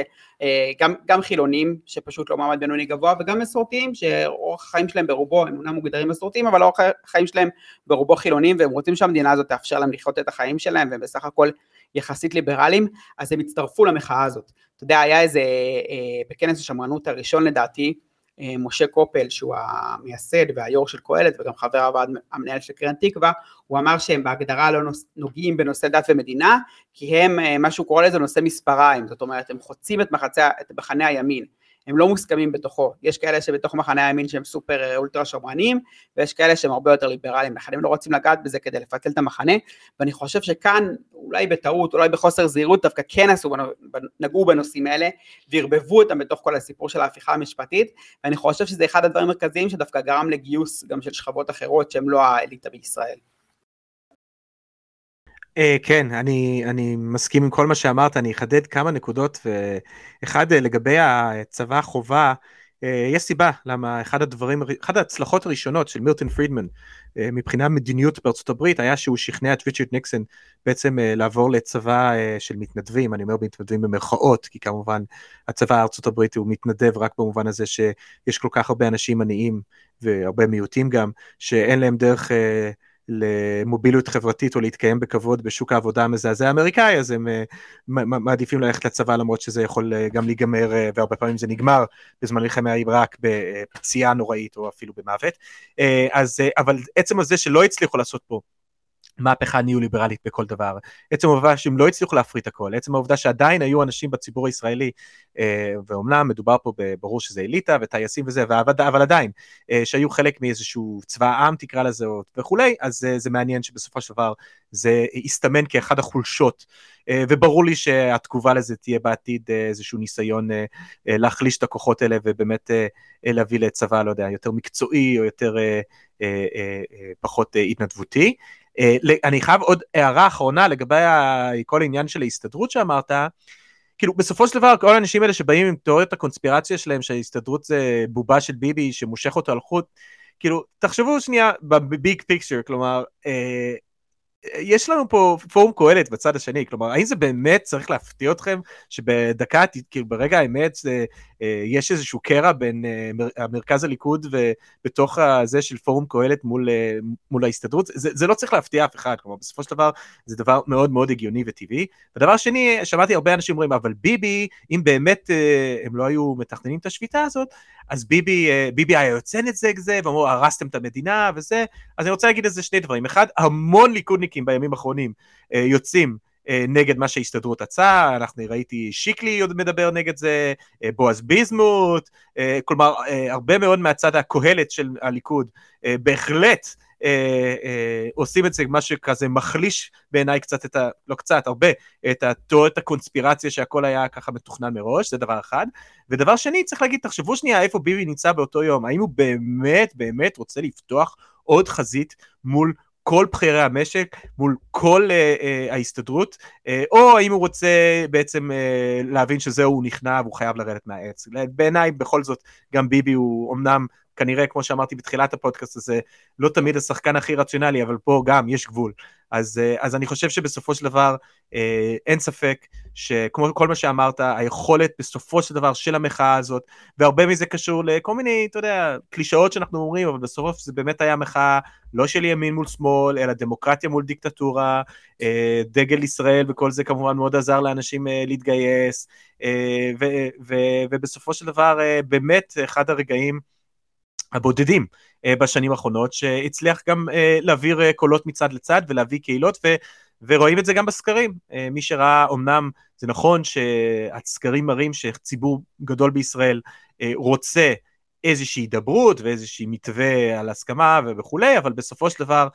גם חילונים שפשוט לא מעמד בינוני גבוה, וגם מסורתיים שאורח החיים שלהם ברובו, הם אומנם מוגדרים מסורתיים, אבל אורח החיים שלהם ברובו חילונים, והם רוצים שהמדינה הזאת תאפשר להם לחיות את החיים שלהם, והם בסך הכל יחסית ליברליים, אז הם הצטרפו למחאה הזאת. אתה יודע, היה איזה, בכנס השמרנות הראשון לדעתי, משה קופל, שהוא המייסד והיו"ר של קהלת, וגם חבר הוועד המנהל של קרן תקווה, הוא אמר שהם בהגדרה לא נוגעים בנושא דת ומדינה, כי הם, מה שהוא קורא לזה נושא מספריים, זאת אומרת, הם חוצים את מחנה הימין, הם לא מוסכמים בתוכו, יש כאלה שבתוך מחנה הימין שהם סופר אולטרה שמרנים, ויש כאלה שהם הרבה יותר ליברליים, לכן הם לא רוצים לגעת בזה כדי לפצל את המחנה, ואני חושב שכאן, אולי בטעות, אולי בחוסר זהירות, דווקא כן נגעו בנושאים האלה, והרבבו אותם בתוך כל הסיפור של ההפיכה המשפטית, ואני חושב שזה אחד הדברים המרכזיים, שדווקא גרם לגיוס גם של שכבות אחרות, שהן לא האליטה בישראל. כן, אני מסכים עם כל מה שאמרת, אני אחדד כמה נקודות, ואחד לגבי הצבא חובה, יש סיבה למה אחד ההצלחות הראשונות של מילטון פרידמן, מבחינה מדיניות בארצות הברית, היה שהוא שכנע את ריצ'רד ניקסון, בעצם לעבור לצבא של מתנדבים, אני אומר מתנדבים במרכאות, כי כמובן הצבא הארצות הברית הוא מתנדב רק במובן הזה שיש כל כך הרבה אנשים עניים, והרבה מיעוטים גם, שאין להם דרך למוביליות חברתית או להתקיים בכבוד בשוק העבודה המזעזע האמריקאי, אז הם מעדיפים ללכת לצבא, למרות שזה יכול גם להיגמר, והרבה פעמים זה נגמר בזמן מלחמת עיראק בפציעה נוראית או אפילו במוות. אבל עצם הזה שלא הצליחו לעשות פה מהפכה ניאו-ליברלית בכל דבר, עצם העובדה שהם לא הצליחו להפריט הכל, עצם העובדה שעדיין היו אנשים בציבור הישראלי, ואומנם מדובר פה ברור שזה אליטה וטייסים וזה, אבל עדיין, שהיו חלק מאיזשהו צבא העם תקרא לזה וכולי, אז זה מעניין שבסופו של דבר זה יסתמן כאחד החולשות, וברור לי שהתגובה לזה תהיה בעתיד איזשהו ניסיון להחליש את הכוחות האלה, ובאמת להביא לצבא, לא יודע, יותר מקצועי או יותר פחות התנדבותי. אני חייב עוד הערה אחרונה לגבי כל העניין של ההסתדרות שאמרת, כאילו בסופו של דבר כל האנשים האלה שבאים עם תיאוריות הקונספירציה שלהם שההסתדרות זה בובה של ביבי שמושך אותו על חוט, כאילו תחשבו שנייה בביג פיקצ'ר, כלומר יש לנו פה פורום קהלת בצד השני, כלומר, האם זה באמת צריך להפתיע אתכם, שבדקה, כאילו ברגע האמת, יש איזשהו קרע בין המרכז הליכוד, ובתוך הזה של פורום קהלת מול ההסתדרות, זה לא צריך להפתיע אף אחד, כלומר, בסופו של דבר, זה דבר מאוד מאוד הגיוני וטבעי. ודבר שני, שמעתי הרבה אנשים אומרים, אבל ביבי, אם באמת הם לא היו מתכננים את השביתה הזאת, אז ביבי היה יוצא נגד זה, ואמרו, הרסתם את המדינה וזה, אז אני רוצה להגיד איזה שני דברים. אחד, המון ליכודניקים ח"כים בימים האחרונים יוצאים נגד מה שההסתדרות עצה, אנחנו ראיתי שיקלי מדבר נגד זה, בועז ביזמוט, כלומר הרבה מאוד מהצד הקהלת של הליכוד, בהחלט עושים את זה, מה שכזה מחליש בעיניי קצת לא קצת, הרבה, את התיאוריית הקונספירציה שהכל היה ככה מתוכנן מראש, זה דבר אחד. ודבר שני, צריך להגיד, תחשבו שנייה איפה ביבי נמצא באותו יום, האם הוא באמת רוצה לפתוח עוד חזית מול כל בכירי המשק, מול כל ההסתדרות, או האם הוא רוצה בעצם להבין שזהו, הוא נכנע והוא חייב לרדת מהעץ. בעיניי בכל זאת גם ביבי הוא אמנם כנראה, כמו שאמרתי בתחילת הפודקאסט הזה, לא תמיד השחקן הכי רציונלי, אבל פה גם יש גבול. אז אני חושב שבסופו של דבר אין ספק שכמו כל מה שאמרת, היכולת בסופו של דבר של המחאה הזאת, והרבה מזה קשור לכל מיני, אתה יודע, קלישאות שאנחנו אומרים, אבל בסוף זה באמת היה מחאה לא של ימין מול שמאל, אלא דמוקרטיה מול דיקטטורה, דגל ישראל וכל זה כמובן מאוד עזר לאנשים להתגייס, ובסופו של דבר באמת אחד הרגעים הבודדים בשנים האחרונות, שהצליח גם להעביר קולות מצד לצד ולהביא קהילות, ורואים את זה גם בסקרים. מי שראה, אמנם זה נכון שהסקרים מראים שציבור גדול בישראל רוצה איזושהי הידברות ואיזושהי מתווה על הסכמה וכולי, אבל בסופו של דבר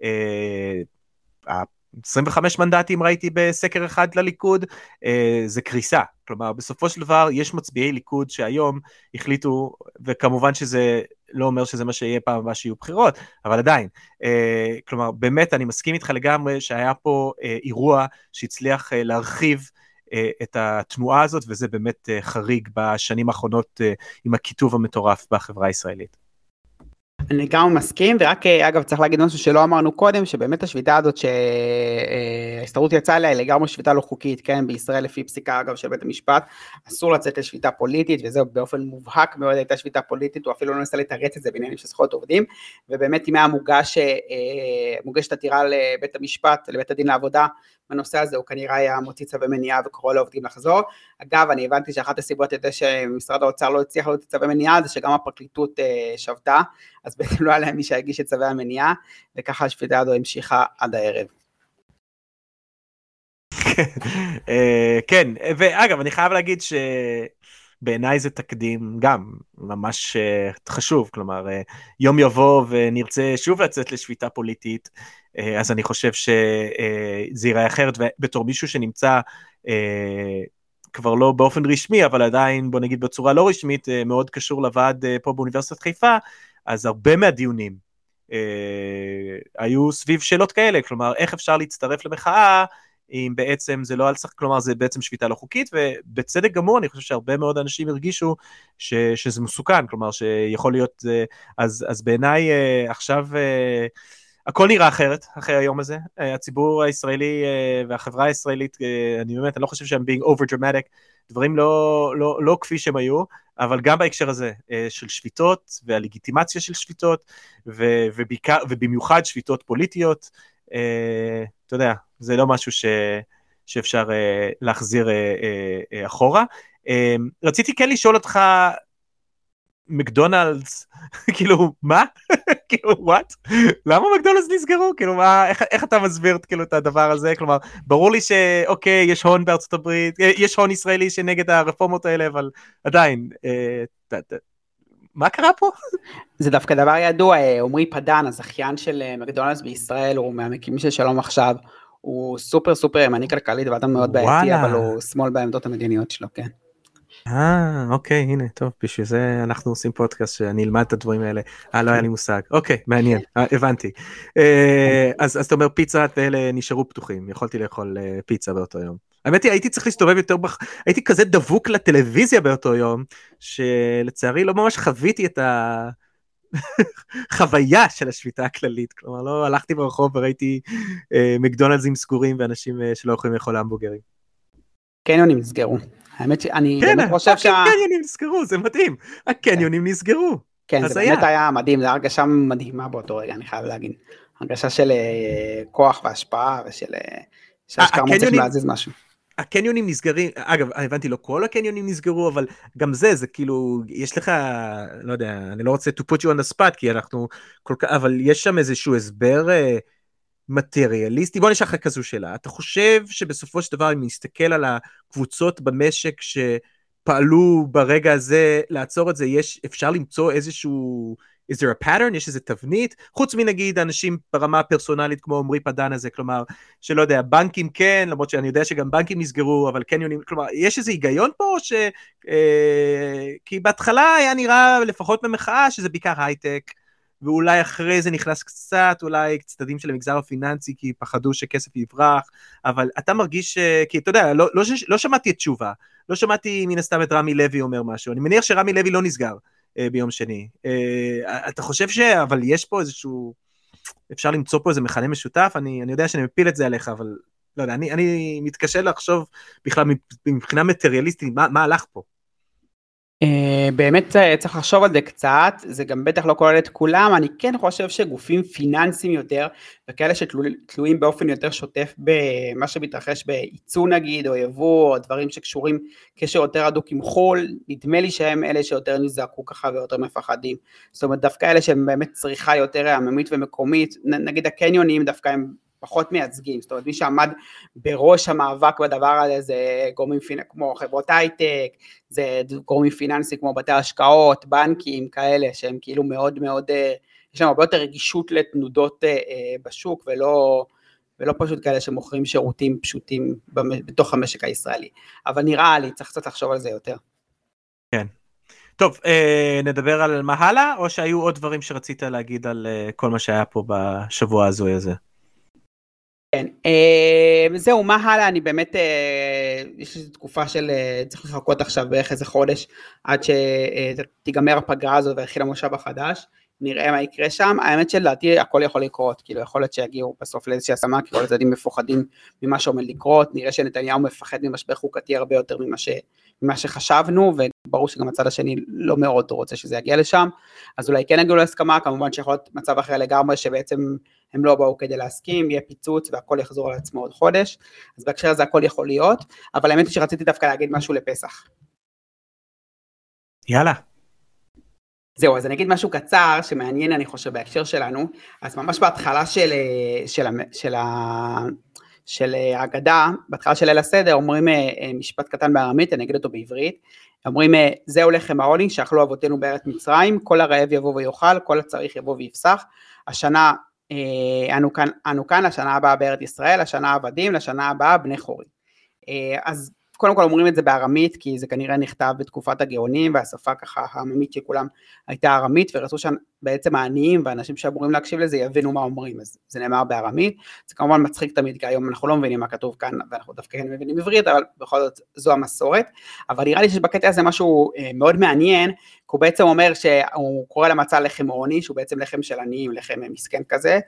25 מנדטים ראיתי בסקר אחד לליכוד, זה קריסה. כלומר, בסופו של דבר יש מצביעי ליכוד שהיום החליטו, וכמובן שזה לא אומר שזה מה שיהיה פעם הבאה שיהיו בחירות, אבל עדיין, כלומר, באמת אני מסכים איתך לגמרי שהיה פה אירוע שהצליח להרחיב את התנועה הזאת, וזה באמת חריג בשנים האחרונות עם הכיתוב המטורף בחברה הישראלית. אני גם מסכים, ורק אגב צריך להגיד משהו שלא אמרנו קודם, שבאמת השביתה הזאת שההסתדרות יצאה אליה, היא לגמרי שביתה לא חוקית, כן, בישראל לפי פסיקה אגב של בית המשפט, אסור לצאת לשביתה פוליטית, וזה באופן מובהק מאוד הייתה שביתה פוליטית, הוא אפילו לא נסה לתרץ את זה בעניינים של זכויות עובדים, ובאמת אם היה מוגשת עתירה לבית המשפט, לבית הדין לעבודה, בנושא הזה הוא כנראה היה מוציא צווי מניעה וקורא לעובדים לחזור. אגב, אני הבנתי שאחת הסיבות את זה שמשרד האוצר לא הצליח להוציא צווי מניעה, זה שגם הפרקליטות שבתה, אז בעצם לא היה להם מי שהגיש את צווי המניעה, וככה השביתה הזו המשיכה עד הערב. כן, ואגב, אני חייב להגיד שבעיניי זה תקדים גם ממש חשוב, כלומר, יום יבוא ונרצה שוב לצאת לשביתה פוליטית, אז אני חושב שזה ייראה אחרת, ובתור מישהו שנמצא כבר לא באופן רשמי, אבל עדיין, בוא נגיד בצורה לא רשמית, מאוד קשור לוועד פה באוניברסיטת חיפה, אז הרבה מהדיונים היו סביב שאלות כאלה, כלומר, איך אפשר להצטרף למחאה, אם בעצם זה לא על שחק, כלומר זה בעצם שביתה לא חוקית, ובצדק גמור אני חושב שהרבה מאוד אנשים הרגישו שזה מסוכן, כלומר שיכול להיות, אז בעיניי עכשיו הכל נראה אחרת אחרי היום הזה, הציבור הישראלי והחברה הישראלית, אני לא חושב שהם being over dramatic, דברים לא כפי שהם היו, אבל גם בהקשר הזה של שביתות והלגיטימציה של שביתות, ובמיוחד שביתות פוליטיות, אתה יודע, זה לא משהו שאפשר להחזיר אחורה. רציתי כן לשאול אותך, מקדונלדס, כאילו, מה? כאילו, what? למה מקדונלדס נסגרו? כאילו, איך אתה מסביר כאילו את הדבר הזה? כלומר, ברור לי שאוקיי, יש הון בארצות הברית, יש הון ישראלי שנגד הרפורמות האלה, אבל עדיין, מה קרה פה? זה דווקא דבר ידוע, עומרי פדן, הזכיין של מקדונלדס בישראל, הוא מהמקימים של שלום עכשיו, הוא סופר ימני כלכלית, ואדם מאוד בעייתי, אבל הוא שמאל בעמדות המדיניות שלו, כן. אוקיי, הנה, טוב, בשביל זה אנחנו עושים פודקאסט שאני אלמד את הדברים האלה, לא היה לי מושג, אוקיי, מעניין, הבנתי. אז אתה אומר, פיצה ואלה נשארו פתוחים, יכולתי לאכול פיצה באותו יום. האמת היא, הייתי צריך להסתובב יותר, הייתי כזה דבוק לטלוויזיה באותו יום, שלצערי לא ממש חוויתי את החוויה של השביתה הכללית, כלומר, לא הלכתי ברחוב וראיתי מקדונלדסים סגורים ואנשים שלא יכולים לאכול המבורגרים. קניונים נסגרו. האמת שאני באמת חושב הקניונים נסגרו, זה מדהים. הקניונים נסגרו. כן, זה באמת היה מדהים, זו הרגשה מדהימה באותו רגע, אני חייב להגיד. הרגשה של כוח והשפעה, ושל שכרמות צריך להזיז משהו. הקניונים נסגרים, אגב, הבנתי, לא כל הקניונים נסגרו, אבל גם זה כאילו, יש לך, לא יודע, אני לא רוצה to put you on the spot, כי אנחנו כל כך, אבל יש שם איזשהו הסבר מטריאליסטי? בוא נשאר לך כזו שאלה. אתה חושב שבסופו של דבר, אם נסתכל על הקבוצות במשק שפעלו ברגע הזה לעצור את זה, אפשר למצוא איזשהו, is there a pattern? יש איזו תבנית? חוץ מנגיד אנשים ברמה הפרסונלית כמו עמרי פדן הזה, כלומר, שלא יודע, בנקים כן, למרות שאני יודע שגם בנקים נסגרו, אבל קניונים, כלומר, יש איזה היגיון פה כי בהתחלה היה נראה לפחות במחאה שזה בעיקר הייטק, ואולי אחרי זה נכנס קצת, אולי צדדים של המגזר הפיננסי, כי פחדו שכסף יברח, אבל אתה מרגיש, כי אתה יודע, לא שמעתי את תשובה, לא שמעתי מן הסתם את רמי לוי אומר משהו, אני מניח שרמי לוי לא נסגר ביום שני. אתה חושב אבל יש פה איזשהו, אפשר למצוא פה איזה מכנה משותף, אני יודע שאני מפיל את זה עליך, אבל לא יודע, אני מתקשה לחשוב בכלל מבחינה מטריאליסטית, מה הלך פה? באמת צריך לחשוב על זה קצת, זה גם בטח לא כולל את כולם, אני כן חושב שגופים פיננסיים יותר, וכאלה שתלויים באופן יותר שוטף במה שמתרחש בעיצון נגיד, או יבוא, או דברים שקשורים קשר יותר הדוק עם חול, נדמה לי שהם אלה שיותר נזעקו ככה ויותר מפחדים, זאת אומרת דווקא אלה שהם באמת צריכה יותר עממית ומקומית, נגיד הקניונים דווקא הם פחות מייצגים, זאת אומרת מי שעמד בראש המאבק בדבר הזה זה גורמים כמו חברות הייטק, זה גורמים פיננסיים כמו בתי השקעות, בנקים כאלה שהם כאילו מאוד מאוד, יש להם הרבה יותר רגישות לתנודות בשוק ולא פשוט כאלה שמוכרים שירותים פשוטים בתוך המשק הישראלי, אבל נראה לי צריך קצת לחשוב על זה יותר. כן. טוב, נדבר על מה הלאה, או שהיו עוד דברים שרצית להגיד על כל מה שהיה פה בשבוע הזוי הזה? כן, זהו, מה הלאה, אני באמת, יש איזו תקופה של, צריך לחכות עכשיו בערך איזה חודש, עד שתיגמר הפגרה הזו והתחיל המושב החדש, נראה מה יקרה שם, האמת שלדעתי הכל יכול לקרות, כאילו יכול להיות שיגיעו בסוף לאיזושהי הסכמה, כי כל הצדדים מפוחדים ממה שעומד לקרות, נראה שנתניהו מפחד ממשבר חוקתי הרבה יותר ממה שחשבנו, וברור שגם הצד השני לא מאוד רוצה שזה יגיע לשם, אז אולי כן יגיעו להסכמה, כמובן שיכול להיות מצב אחר לגמרי, שבעצם הם לא באו כדי להסכים, יהיה פיצוץ והכל יחזור על עצמו עוד חודש, אז בהקשר הזה הכל יכול להיות, אבל האמת היא שרציתי דווקא להגיד משהו לפסח. יאללה. זהו, אז אני אגיד משהו קצר שמעניין אני חושב בהקשר שלנו, אז ממש בהתחלה של ההגדה, בהתחלה של ליל הסדר, אומרים משפט קטן בארמית, אני אגיד אותו בעברית, אומרים, זהו לחם העוני שאכלו אבותינו בארץ מצרים, כל הרעב יבוא ויאכל, כל הצריך יבוא ויפסח, השנה אנו כאן, לשנה הבאה בארץ ישראל, השנה עבדים, לשנה הבאה בני חורי. אז קודם כל אומרים את זה בארמית, כי זה כנראה נכתב בתקופת הגאונים, והשפה ככה העממית שכולם הייתה ארמית, ורצו שבעצם העניים והאנשים שאמורים להקשיב לזה יבינו מה אומרים, אז זה נאמר בארמית, זה כמובן מצחיק תמיד, כי היום אנחנו לא מבינים מה כתוב כאן, ואנחנו דווקא כן מבינים עברית, אבל בכל זאת זו המסורת, אבל נראה לי שבקטע הזה משהו מאוד מעניין, כי הוא בעצם אומר שהוא קורא למצע לחם עוני, שהוא בעצם לחם של עניים, לחם מסכן כזה,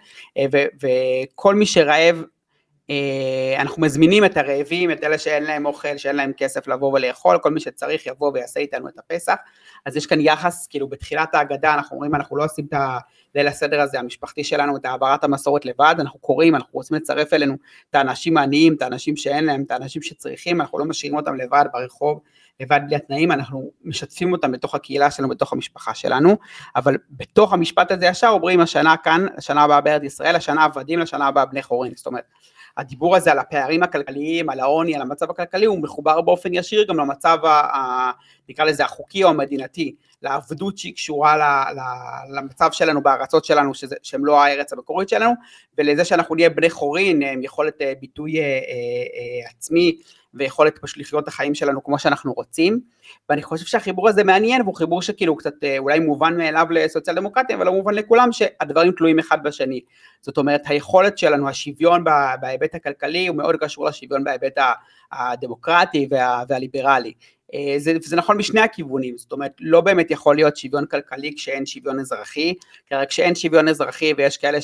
וכל מי שרעב, אנחנו מזמינים את הרעבים, את אלה שאין להם אוכל, שאין להם כסף לבוא ולאכול, כל מי שצריך יבוא ויעשה איתנו את הפסח, אז יש כאן יחס, כאילו בתחילת ההגדה אנחנו אומרים, אנחנו לא עושים את ליל הסדר הזה, המשפחתי שלנו, את העברת המסורת לבד, אנחנו קוראים, אנחנו רוצים לצרף אלינו את האנשים העניים, את האנשים שאין להם, את האנשים שצריכים, אנחנו לא משאירים אותם לבד ברחוב, לבד בלי התנאים, אנחנו משתפים אותם בתוך הקהילה שלנו, בתוך המשפחה שלנו, אבל בתוך המשפט הזה ישר אומרים, השנה כאן, השנה הבאה בארץ ישראל, השנה עבדים, לשנה הבאה בני חורין, זאת אומרת, הדיבור הזה על הפערים הכלכליים, על העוני, על המצב הכלכלי, הוא מחובר באופן ישיר גם למצב, נקרא לזה החוקי או המדינתי, לעבדות שהיא קשורה למצב שלנו, בארצות שלנו, שהם לא הארץ המקורית שלנו, ולזה שאנחנו נהיה בני חורין, עם יכולת ביטוי עצמי, ויכולת פשוט לחיות את החיים שלנו כמו שאנחנו רוצים, ואני חושב שהחיבור הזה מעניין, והוא חיבור שכאילו קצת אולי מובן מאליו לסוציאל דמוקרטים, אבל לא מובן לכולם שהדברים תלויים אחד בשני, זאת אומרת היכולת שלנו, השוויון בהיבט הכלכלי, הוא מאוד קשור לשוויון בהיבט הדמוקרטי והליברלי, זה נכון בשני הכיוונים, זאת אומרת לא באמת יכול להיות שוויון כלכלי כשאין שוויון אזרחי, כי רק כשאין שוויון אזרחי ויש כאלה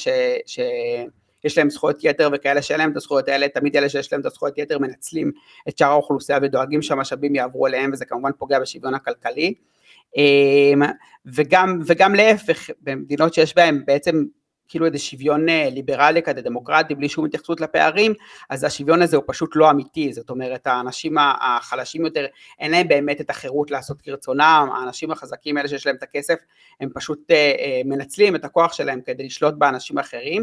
יש להם זכויות יתר וכאלה שאין להם את הזכויות האלה, תמיד אלה שיש להם את הזכויות יתר מנצלים את שאר האוכלוסייה ודואגים שהמשאבים יעברו אליהם, וזה כמובן פוגע בשוויון הכלכלי, וגם להפך, במדינות שיש בהם בעצם כאילו איזה שוויון ליברלי כזה דמוקרטי, בלי שום התייחסות לפערים, אז השוויון הזה הוא פשוט לא אמיתי, זאת אומרת האנשים החלשים יותר, אין להם באמת את החירות לעשות כרצונם, האנשים החזקים האלה שיש להם את הכסף, הם פשוט מנצלים את הכוח שלהם כדי לשלוט באנשים אחרים,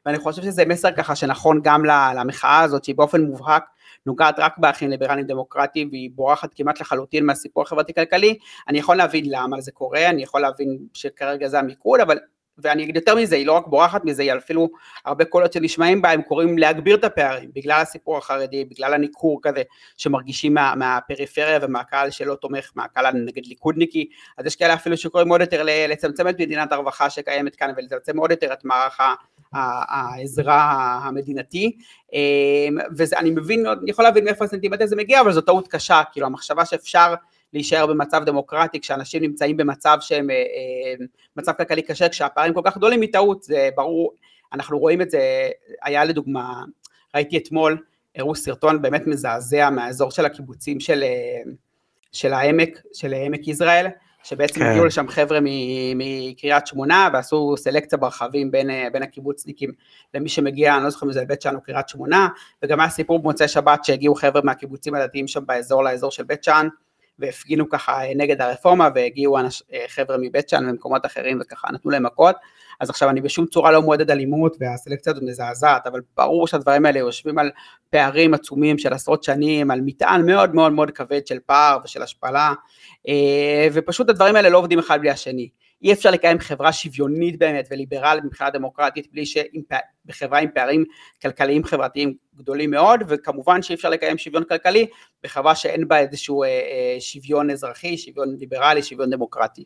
ואני חושב שזה מסר ככה שנכון גם למחאה הזאת, שהיא באופן מובהק נוגעת רק באחים ליברליים דמוקרטיים, והיא בורחת כמעט לחלוטין מהסיפור החברתי-כלכלי. אני יכול להבין למה זה קורה, אני יכול להבין שכרגע זה המיקוד, אבל, ואני אגיד יותר מזה, היא לא רק בורחת מזה, היא אפילו הרבה קולות שנשמעים בה, הם קוראים להגביר את הפערים, בגלל הסיפור החרדי, בגלל הניכור כזה, שמרגישים מהפריפריה ומהקהל שלא תומך, מהקהל נגד ליכודניקי, אז יש כאלה אפילו שקוראים עוד יותר לצמצם את מדינת הרווחה שקיימת כאן, ולצמצם עוד יותר את מערך העזרה המדינתי, ואני מבין, אני יכול להבין מאיפה הסנטימנט הזה מגיע, אבל זו טעות קשה, כאילו המחשבה שאפשר להישאר במצב דמוקרטי, כשאנשים נמצאים במצב שהם, מצב כלכלי קשה, כשהפערים כל כך גדולים מטעות, זה ברור, אנחנו רואים את זה, היה לדוגמה, ראיתי אתמול, הראו סרטון באמת מזעזע מהאזור של הקיבוצים של עמק יזרעאל, שבעצם הגיעו לשם חבר'ה מקריית שמונה, ועשו סלקציה ברחבים בין הקיבוצניקים, למי שמגיע, אני לא זוכר אם זה לבית שאן או קריית שמונה, וגם היה סיפור במוצאי שבת, שהגיעו חבר'ה מהקיבוצים הדתיים שם לאזור של בית שאן, והפגינו ככה נגד הרפורמה, והגיעו חבר'ה מבית שאן ומקומות אחרים, וככה נתנו להם מכות. אז עכשיו אני בשום צורה לא מועדת אלימות, והסלקציה הזאת מזעזעת, אבל ברור שהדברים האלה יושבים על פערים עצומים של עשרות שנים, על מטען מאוד מאוד מאוד כבד של פער ושל השפלה, ופשוט הדברים האלה לא עובדים אחד בלי השני. אי אפשר לקיים חברה שוויונית באמת וליברלית מבחינה דמוקרטית, בלי בחברה עם פערים כלכליים חברתיים גדולים מאוד, וכמובן שאי אפשר לקיים שוויון כלכלי בחברה שאין בה איזשהו שוויון אזרחי, שוויון ליברלי, שוויון דמוקרטי.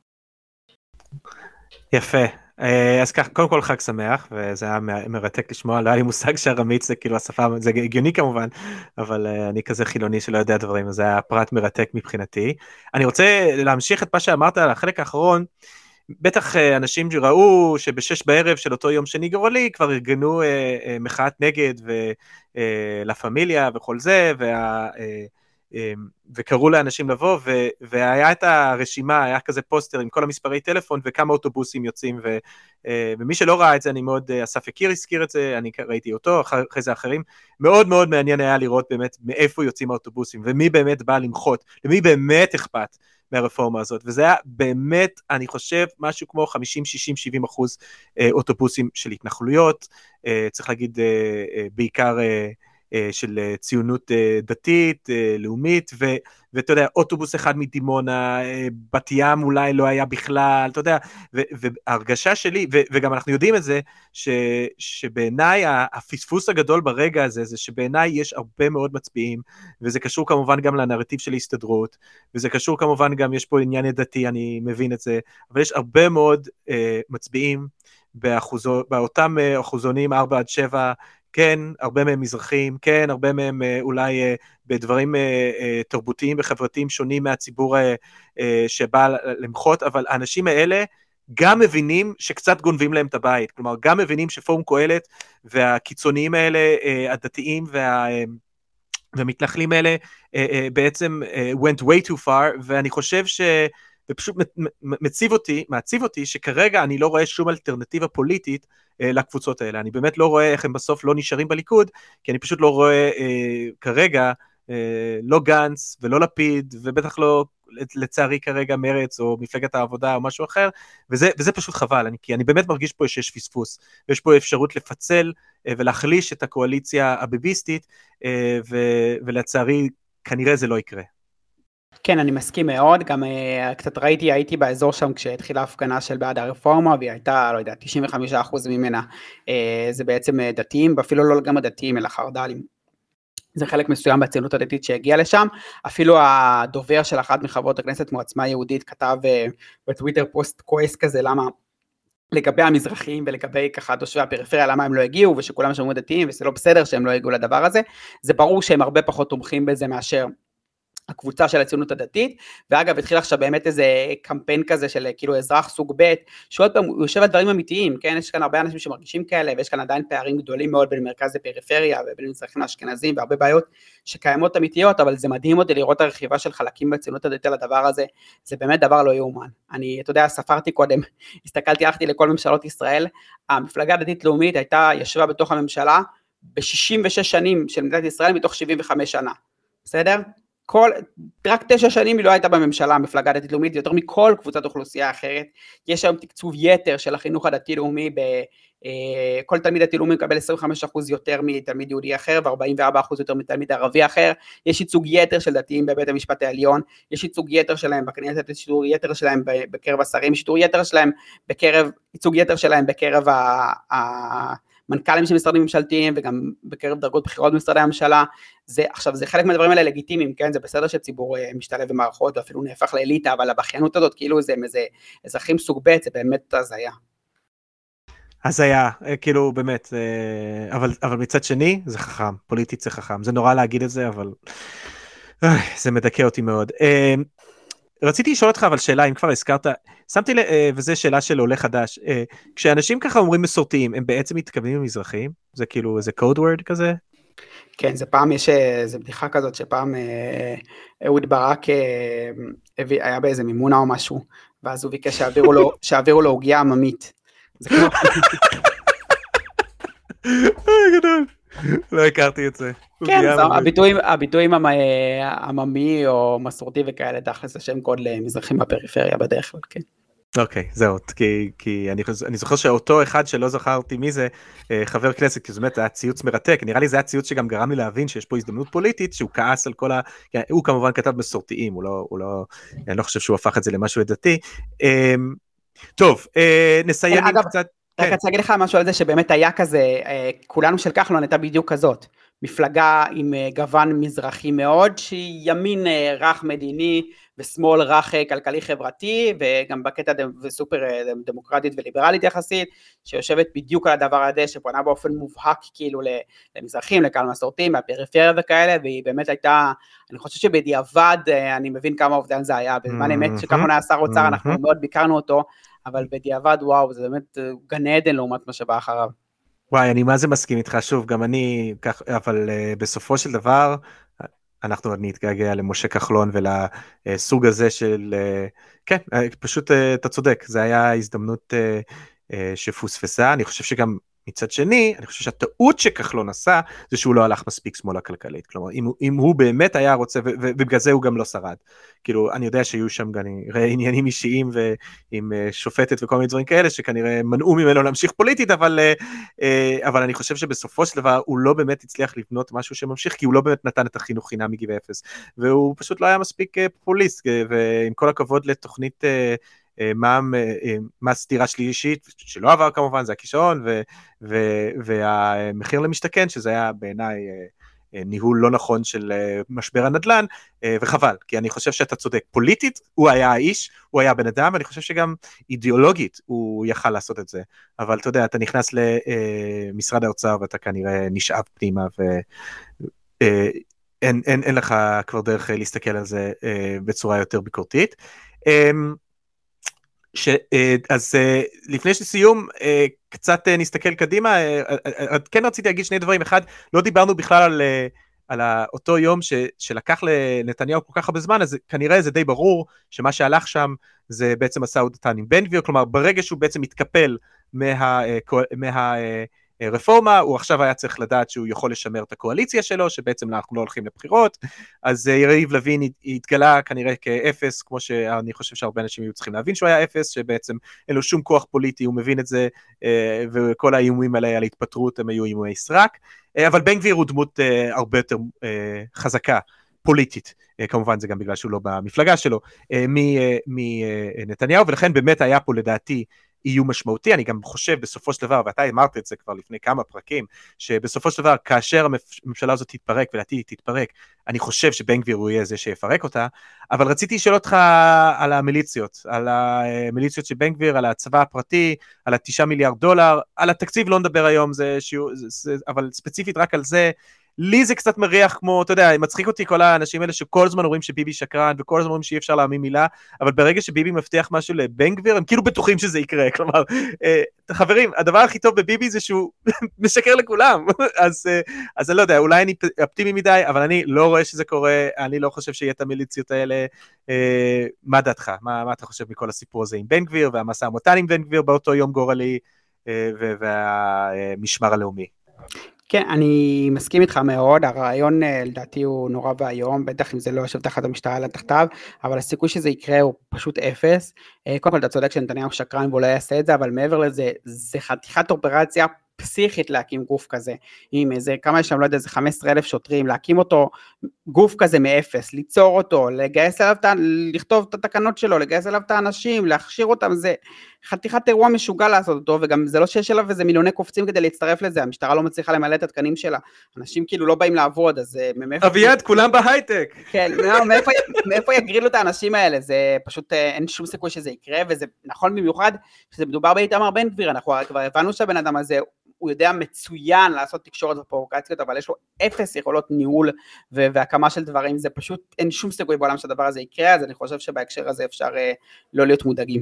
יפה. אז כך, קודם כל חג שמח, וזה היה מרתק לשמוע, לא היה לי מושג שארמית זה כאילו השפה, זה הגיוני כמובן, אבל אני כזה חילוני שלא יודע דברים, אז זה היה פרט מרתק מבחינתי. אני רוצה להמשיך את מה שאמרת על החלק האחרון, בטח אנשים שראו שבשש בערב של אותו יום שני גורלי, כבר ארגנו מחאת נגד ולה פמיליה וכל זה, וקראו לאנשים לבוא, והיה את הרשימה, היה כזה פוסטר עם כל המספרי טלפון, וכמה אוטובוסים יוצאים, ומי שלא ראה את זה, אני מאוד, אסף יקיר הזכיר את זה, אני ראיתי אותו, אחרי זה אחרים, מאוד מאוד מעניין היה לראות באמת מאיפה יוצאים האוטובוסים, ומי באמת בא למחות, למי באמת אכפת מהרפורמה הזאת, וזה היה באמת, אני חושב, משהו כמו 50, 60, 70% אוטובוסים של התנחלויות, צריך להגיד בעיקר של ציונות דתית, לאומית, ואתה יודע, אוטובוס אחד מדימונה, בת ים אולי לא היה בכלל, אתה יודע, וההרגשה שלי, וגם אנחנו יודעים את זה, שבעיניי הפספוס הגדול ברגע הזה, זה שבעיניי יש הרבה מאוד מצביעים, וזה קשור כמובן גם לנרטיב של ההסתדרות, וזה קשור כמובן גם, יש פה עניין דתי, אני מבין את זה, אבל יש הרבה מאוד מצביעים, באותם אחוזונים 4-7, כן, הרבה מהם מזרחים, כן, הרבה מהם אולי בדברים תרבותיים וחברתיים שונים מהציבור שבא למחות, אבל האנשים האלה גם מבינים שקצת גונבים להם את הבית, כלומר, גם מבינים שפורום קהלת והקיצוניים האלה, הדתיים והמתנחלים האלה, בעצם went way too far, ואני חושב ופשוט מעציב אותי שכרגע אני לא רואה שום אלטרנטיבה פוליטית לקבוצות האלה. אני באמת לא רואה איך הם בסוף לא נשארים בליכוד, כי אני פשוט לא רואה כרגע לא גנץ ולא לפיד, ובטח לא לצערי כרגע מרץ או מפלגת העבודה או משהו אחר, וזה פשוט חבל, כי אני באמת מרגיש פה שיש פספוס, ויש פה אפשרות לפצל ולהחליש את הקואליציה הביביסטית, ולצערי כנראה זה לא יקרה. כן, אני מסכים מאוד, גם קצת הייתי באזור שם כשהתחילה ההפגנה של בעד הרפורמה, והיא הייתה, לא יודע, 95% ממנה, זה בעצם דתיים, ואפילו לא גם הדתיים, אלא חרד"לים. זה חלק מסוים בציונות הדתית שהגיע לשם, אפילו הדובר של אחת מחברות הכנסת מעוצמה יהודית, כתב בטוויטר פוסט כועס כזה, למה לגבי המזרחים ולגבי ככה תושבי הפריפריה, למה הם לא הגיעו, ושכולם שמעו דתיים, וזה לא בסדר שהם לא הגיעו לדבר הזה, זה ברור שהם הרבה פחות תומכים בזה מאשר הקבוצה של הציונות הדתית, ואגב התחיל עכשיו באמת איזה קמפיין כזה של כאילו אזרח סוג ב', שעוד פעם הוא יושב על דברים אמיתיים, כן, יש כאן הרבה אנשים שמרגישים כאלה, ויש כאן עדיין פערים גדולים מאוד בין מרכז לפריפריה, ובין מזרחים לאשכנזים, והרבה בעיות שקיימות אמיתיות, אבל זה מדהים אותי לראות הרכיבה של חלקים בציונות הדתית על הדבר הזה, זה באמת דבר לא יאומן. אני, אתה יודע, ספרתי קודם, הלכתי לכל ממשלות ישראל, המפלגה הדתית לאומית ישבה בתוך הממשלה, ב-66 שנים של מדינת ישראל, מתוך 75 שנה, בסדר? רק 9 שנים היא לא הייתה בממשלה, המפלגה הדתית לאומית, יותר מכל קבוצת אוכלוסייה אחרת, יש היום תקצוב יתר של החינוך הדתי לאומי כל תלמיד דתי-לאומי מקבל 25% יותר מתלמיד יהודי אחר, ו44% יותר מתלמיד ערבי אחר, יש ייצוג יתר של דתיים בבית המשפט העליון, יש ייצוג יתר שלהם בכנסת, יש ייצוג יתר שלהם בקרב השרים, יש ייצוג יתר שלהם בקרב המנכ"לים של משרדים ממשלתיים, וגם בקרב דרגות בחירות במשרדי הממשלה. עכשיו זה חלק מהדברים האלה לגיטימיים, כן? זה בסדר שציבור משתלב במערכות, ואפילו נהפך לאליטה, אבל הבכיינות הזאת, כאילו זה אזרחים סוג ב', זה באמת הזיה. אז היה, כאילו באמת, אבל מצד שני, זה חכם, פוליטית זה חכם, זה נורא להגיד את זה, אבל זה מדכא אותי מאוד. רציתי לשאול אותך אבל שאלה, אם כבר הזכרת, שמתי וזה שאלה של עולה חדש, כשאנשים ככה אומרים מסורתיים, הם בעצם מתכוונים למזרחים? זה כאילו איזה code word כזה? כן, זה פעם יש איזו בדיחה כזאת, שפעם אהוד ברק היה באיזה מימונה או משהו, ואז הוא ביקש שיעבירו לו עוגיה עממית. זה כמו... גדול. לא הכרתי את זה. כן, הביטויים עממי או מסורתי וכאלה, תכלס השם קוד למזרחים בפריפריה בדרך כלל, כן. אוקיי, זהו, כי אני זוכר שאותו אחד שלא זכרתי מי זה, חבר כנסת, כי זאת אומרת, זה היה ציוץ מרתק, נראה לי זה היה ציוץ שגם גרם לי להבין שיש פה הזדמנות פוליטית, שהוא כעס על כל הוא כמובן כתב מסורתיים, אני לא חושב שהוא הפך את זה למשהו דתי. טוב, נסיים עם קצת... רק רוצה להגיד לך משהו על זה שבאמת היה כזה, כולנו של כחלון הייתה בדיוק כזאת, מפלגה עם גוון מזרחי מאוד, שהיא ימין רך מדיני ושמאל רך כלכלי חברתי, וגם בקטע סופר דמוקרטית וליברלית יחסית, שיושבת בדיוק על הדבר הזה, שפונה באופן מובהק כאילו למזרחים, לקהל מסורתיים, מהפריפריה וכאלה, והיא באמת הייתה, אני חושב שבדיעבד, אני מבין כמה אובדן זה היה, בזמן אמת שכחלון היה שר אוצר, אנחנו מאוד ביקרנו אותו, אבל בדיעבד, וואו, זה באמת גן עדן לעומת מה שבא אחריו. וואי, אני מה זה מסכים איתך, שוב, גם אני, אבל בסופו של דבר, אנחנו עוד נתגעגע למשה כחלון ולסוג הזה של, כן, פשוט אתה צודק, זה היה הזדמנות שפוספסה, אני חושב שגם מצד שני, אני חושב שהטעות שכחלון עשה, זה שהוא לא הלך מספיק שמאלה כלכלית, כלומר, אם הוא באמת היה רוצה, ובגלל זה הוא גם לא שרד, כאילו, אני יודע שיהיו שם גם עניינים אישיים, ועם שופטת וכל מיני דברים כאלה, שכנראה מנעו ממנו להמשיך פוליטית, אבל אני חושב שבסופו של דבר, הוא לא באמת הצליח לבנות משהו שממשיך, כי הוא לא באמת נתן את החינוך חינם מגיל אפס, והוא פשוט לא היה מספיק פופוליסט, ועם כל הכבוד לתוכנית, מס דירה שלישית, שלא עבר כמובן, זה הכישרון, והמחיר למשתכן, שזה היה בעיניי ניהול לא נכון של משבר הנדל"ן, וחבל, כי אני חושב שאתה צודק, פוליטית הוא היה האיש, הוא היה בן אדם, ואני חושב שגם אידיאולוגית הוא יכל לעשות את זה, אבל אתה יודע, אתה נכנס למשרד האוצר, ואתה כנראה נשאב פנימה, אין לך כבר דרך להסתכל על זה בצורה יותר ביקורתית. אז לפני שסיום, קצת נסתכל קדימה, כן רציתי להגיד שני דברים, אחד, לא דיברנו בכלל על אותו יום שלקח לנתניהו כל כך הרבה זמן, אז כנראה זה די ברור, שמה שהלך שם, זה בעצם משא ומתן עם בן גביר, כלומר ברגע שהוא בעצם מתקפל רפורמה, הוא עכשיו היה צריך לדעת שהוא יכול לשמר את הקואליציה שלו, שבעצם אנחנו לא הולכים לבחירות, אז יריב לוין התגלה כנראה כאפס, כמו שאני חושב שהרבה אנשים היו צריכים להבין שהוא היה אפס, שבעצם אין לו שום כוח פוליטי, הוא מבין את זה, וכל האיומים עליה על התפטרות הם היו איומי סרק, אבל בן גביר הוא דמות הרבה יותר חזקה, פוליטית, כמובן זה גם בגלל שהוא לא במפלגה שלו, מנתניהו, ולכן באמת היה פה לדעתי, איום משמעותי, אני גם חושב בסופו של דבר, ואתה אמרת את זה כבר לפני כמה פרקים, שבסופו של דבר, כאשר הממשלה הזאת תתפרק, ולעתיד תתפרק, אני חושב שבן גביר הוא יהיה זה שיפרק אותה, אבל רציתי לשאול אותך על המיליציות, של בן גביר, על הצבא הפרטי, על $9 מיליארד, על התקציב לא נדבר היום, אבל ספציפית רק על זה, לי זה קצת מריח כמו, אתה יודע, מצחיק אותי כל האנשים האלה שכל הזמן אומרים שביבי שקרן, וכל הזמן אומרים שאי אפשר להאמין מילה, אבל ברגע שביבי מבטיח משהו לבן גביר, הם כאילו בטוחים שזה יקרה, כלומר, חברים, הדבר הכי טוב בביבי זה שהוא משקר לכולם, אז אני לא יודע, אולי אני אופטימי מדי, אבל אני לא רואה שזה קורה, אני לא חושב שיהיה את המיליציות האלה, מה דעתך? מה אתה חושב מכל הסיפור הזה עם בן גביר, והמשא ומתן עם בן גביר באותו יום גורלי, והמשמר הלאומי? כן, אני מסכים איתך מאוד, הרעיון לדעתי הוא נורא והיום, בטח אם זה לא יושב תחת המשטרה אלא תחתיו, אבל הסיכוי שזה יקרה הוא פשוט אפס. קודם כל אתה צודק שנתניהו שקרן והוא לא יעשה את זה, אבל מעבר לזה, זה חתיכת אופרציה פסיכית להקים גוף כזה, עם איזה, כמה יש שם, לא יודע, איזה 15,000 שוטרים, להקים אותו גוף כזה מאפס, ליצור אותו, לגייס אליו, לכתוב את התקנות שלו, לגייס אליו את האנשים, להכשיר אותם, זה חתיכת אירוע משוגע לעשות אותו, וגם זה לא שיש אליו איזה מיליוני קופצים כדי להצטרף לזה, המשטרה לא מצליחה למלא את התקנים שלה, אנשים כאילו לא באים לעבוד, אז אביעד, כולם בהייטק. כן, מאיפה יגרילו את האנשים האלה, זה פשוט אין שום סיכוי שזה יקרה, וזה נכון במיוחד שזה מדובר באיתמר בן גביר, אנחנו כבר הבנו שהבן אדם הזה, הוא יודע מצוין לעשות תקשורת ופרובוקציות, אבל יש לו אפס יכולות ניהול והקמה של דברים, זה פשוט אין שום סיכוי בעולם שהדבר הזה יקרה, אז אני חושב שבהקשר הזה אפשר לא להיות מודאגים.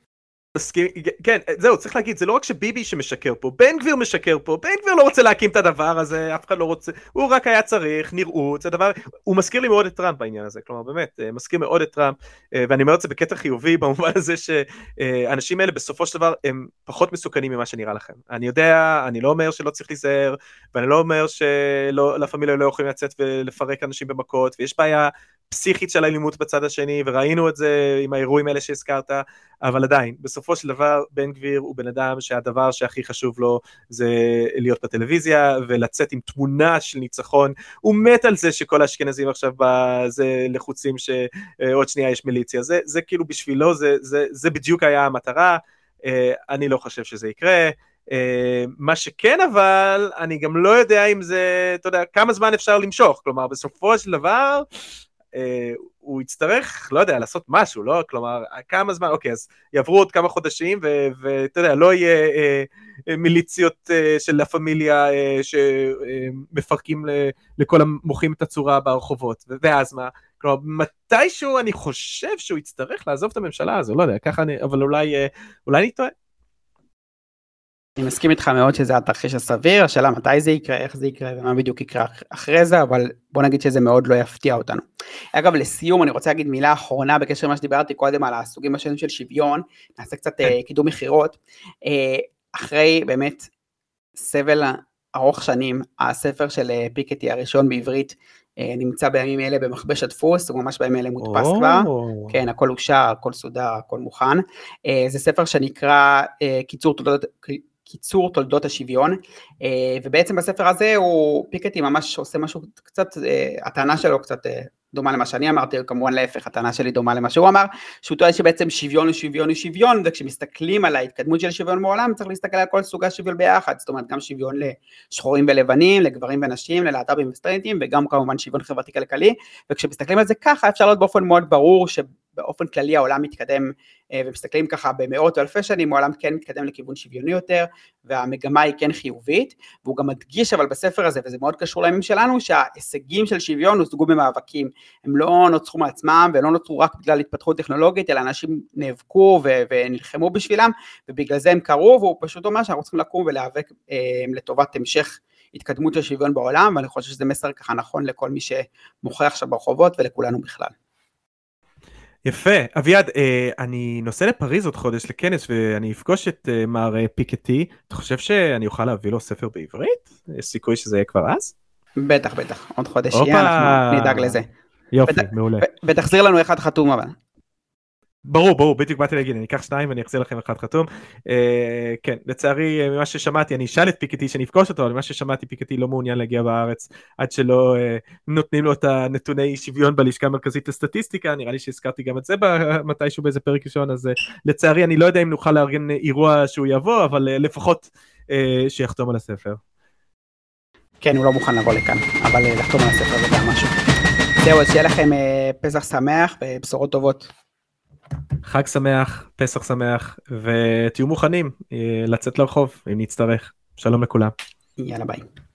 כן, זהו, צריך להגיד, זה לא רק שביבי שמשקר פה, בן גביר משקר פה, בן גביר לא רוצה להקים את הדבר הזה, אף אחד לא רוצה, הוא רק היה צריך, נראות, זה דבר, הוא מזכיר לי מאוד את טראמפ בעניין הזה, כלומר באמת, מזכיר מאוד את טראמפ, ואני אומר את זה בקטע חיובי, במובן הזה שאנשים האלה בסופו של דבר הם פחות מסוכנים ממה שנראה לכם. אני יודע, אני לא אומר שלא צריך להיזהר, ואני לא אומר שלפמיליה לא יכולים לצאת ולפרק אנשים במכות, ויש בעיה פסיכית של האלימות בצד השני, וראינו את זה עם האירועים האלה שהזכרת, אבל עדיין, בסופו של דבר, בן גביר הוא בן אדם שהדבר שהכי חשוב לו זה להיות בטלוויזיה, ולצאת עם תמונה של ניצחון, הוא מת על זה שכל האשכנזים עכשיו זה לחוצים שעוד שנייה יש מיליציה, זה כאילו בשבילו, זה בדיוק היה המטרה, אני לא חושב שזה יקרה, מה שכן אבל, אני גם לא יודע אם זה, אתה יודע, כמה זמן אפשר למשוך, כלומר, בסופו של דבר, הוא יצטרך, לא יודע, לעשות משהו, לא? כלומר, כמה זמן, אוקיי, אז יעברו עוד כמה חודשים, ואתה יודע, לא יהיה מיליציות של לה פמיליה שמפרקים לכל המוחים את הצורה ברחובות, ואז מה? כלומר, מתישהו אני חושב שהוא יצטרך לעזוב את הממשלה הזו, לא יודע, ככה אבל אולי אני טועה. אני מסכים איתך מאוד שזה התרחיש הסביר, השאלה מתי זה יקרה, איך זה יקרה, ומה בדיוק יקרה אחרי זה, אבל בוא נגיד שזה מאוד לא יפתיע אותנו. אגב, לסיום, אני רוצה להגיד מילה אחרונה, בקשר למה שדיברתי קודם על הסוגים השונים של שוויון, נעשה קצת קידום מחירות, אחרי באמת סבל ארוך שנים, הספר של פיקטי הראשון בעברית, נמצא בימים אלה במכבש הדפוס, הוא ממש בימים אלה מודפס כבר, כן, הכל אושר, הכל סודר, הכל מוכן, זה ספר שנקרא קיצור תולדות השוויון, ובעצם בספר הזה פיקטי ממש עושה משהו קצת, הטענה שלו קצת דומה למה שאני אמרתי, כמובן להפך, הטענה שלי דומה למה שהוא אמר, שהוא טוען שבעצם שוויון הוא שוויון הוא שוויון, וכשמסתכלים על ההתקדמות של שוויון בעולם, צריך להסתכל על כל סוגי השוויון ביחד, זאת אומרת גם שוויון לשחורים ולבנים, לגברים ונשים, ללהט"בים וסטודנטים, וגם כמובן שוויון חברתי כלכלי, וכשמסתכלים על זה ככה, אפשר לראות באופן מאוד ברור שבאופן כללי העולם מתקדם, ומסתכלים ככה במאות או אלפי שנים, העולם כן מתקדם לכיוון שוויוני יותר, והמגמה היא כן חיובית, והוא גם מדגיש אבל בספר הזה, וזה מאוד קשור לימים שלנו, שההישגים של שוויון הושגו במאבקים, הם לא נוצרו מעצמם, ולא נוצרו רק בגלל התפתחות טכנולוגית, אלא אנשים נאבקו ונלחמו בשבילם, ובגלל זה הם קרו, והוא פשוט אומר שאנחנו צריכים לקום ולהיאבק לטובת המשך התקדמות של שוויון בעולם, ואני חושב שזה מסר ככה נכון לכל מי שמוכר עכשיו ברחובות, ולכולנו בכלל. יפה, אביעד, אני נוסע לפריז עוד חודש לכנס, ואני אפגוש את מר פיקטי, אתה חושב שאני אוכל להביא לו ספר בעברית? יש סיכוי שזה יהיה כבר אז? בטח, עוד חודש יהיה, אנחנו נדאג לזה. יופי, מעולה. ותחזיר לנו אחד חתום אבל. ברור, בדיוק באתי להגיד, אני אקח 2 ואני אחזיר לכם אחד חתום. כן, לצערי, ממה ששמעתי, אני אשאל את פיקטי שנפגוש אותו, אבל ממה ששמעתי, פיקטי לא מעוניין להגיע בארץ, עד שלא נותנים לו את הנתוני שוויון בלשכה המרכזית לסטטיסטיקה, נראה לי שהזכרתי גם את זה מתישהו באיזה פרק ראשון, אז לצערי אני לא יודע אם נוכל לארגן אירוע שהוא יבוא, אבל לפחות שיחתום על הספר. כן, הוא לא מוכן לבוא לכאן, אבל לחתום על הספר זה גם משהו. זהו, אז שיהיה לכם פסח שמח ובשורות טובות. חג שמח, פסח שמח, ותהיו מוכנים לצאת לרחוב אם נצטרך. שלום לכולם. יאללה ביי.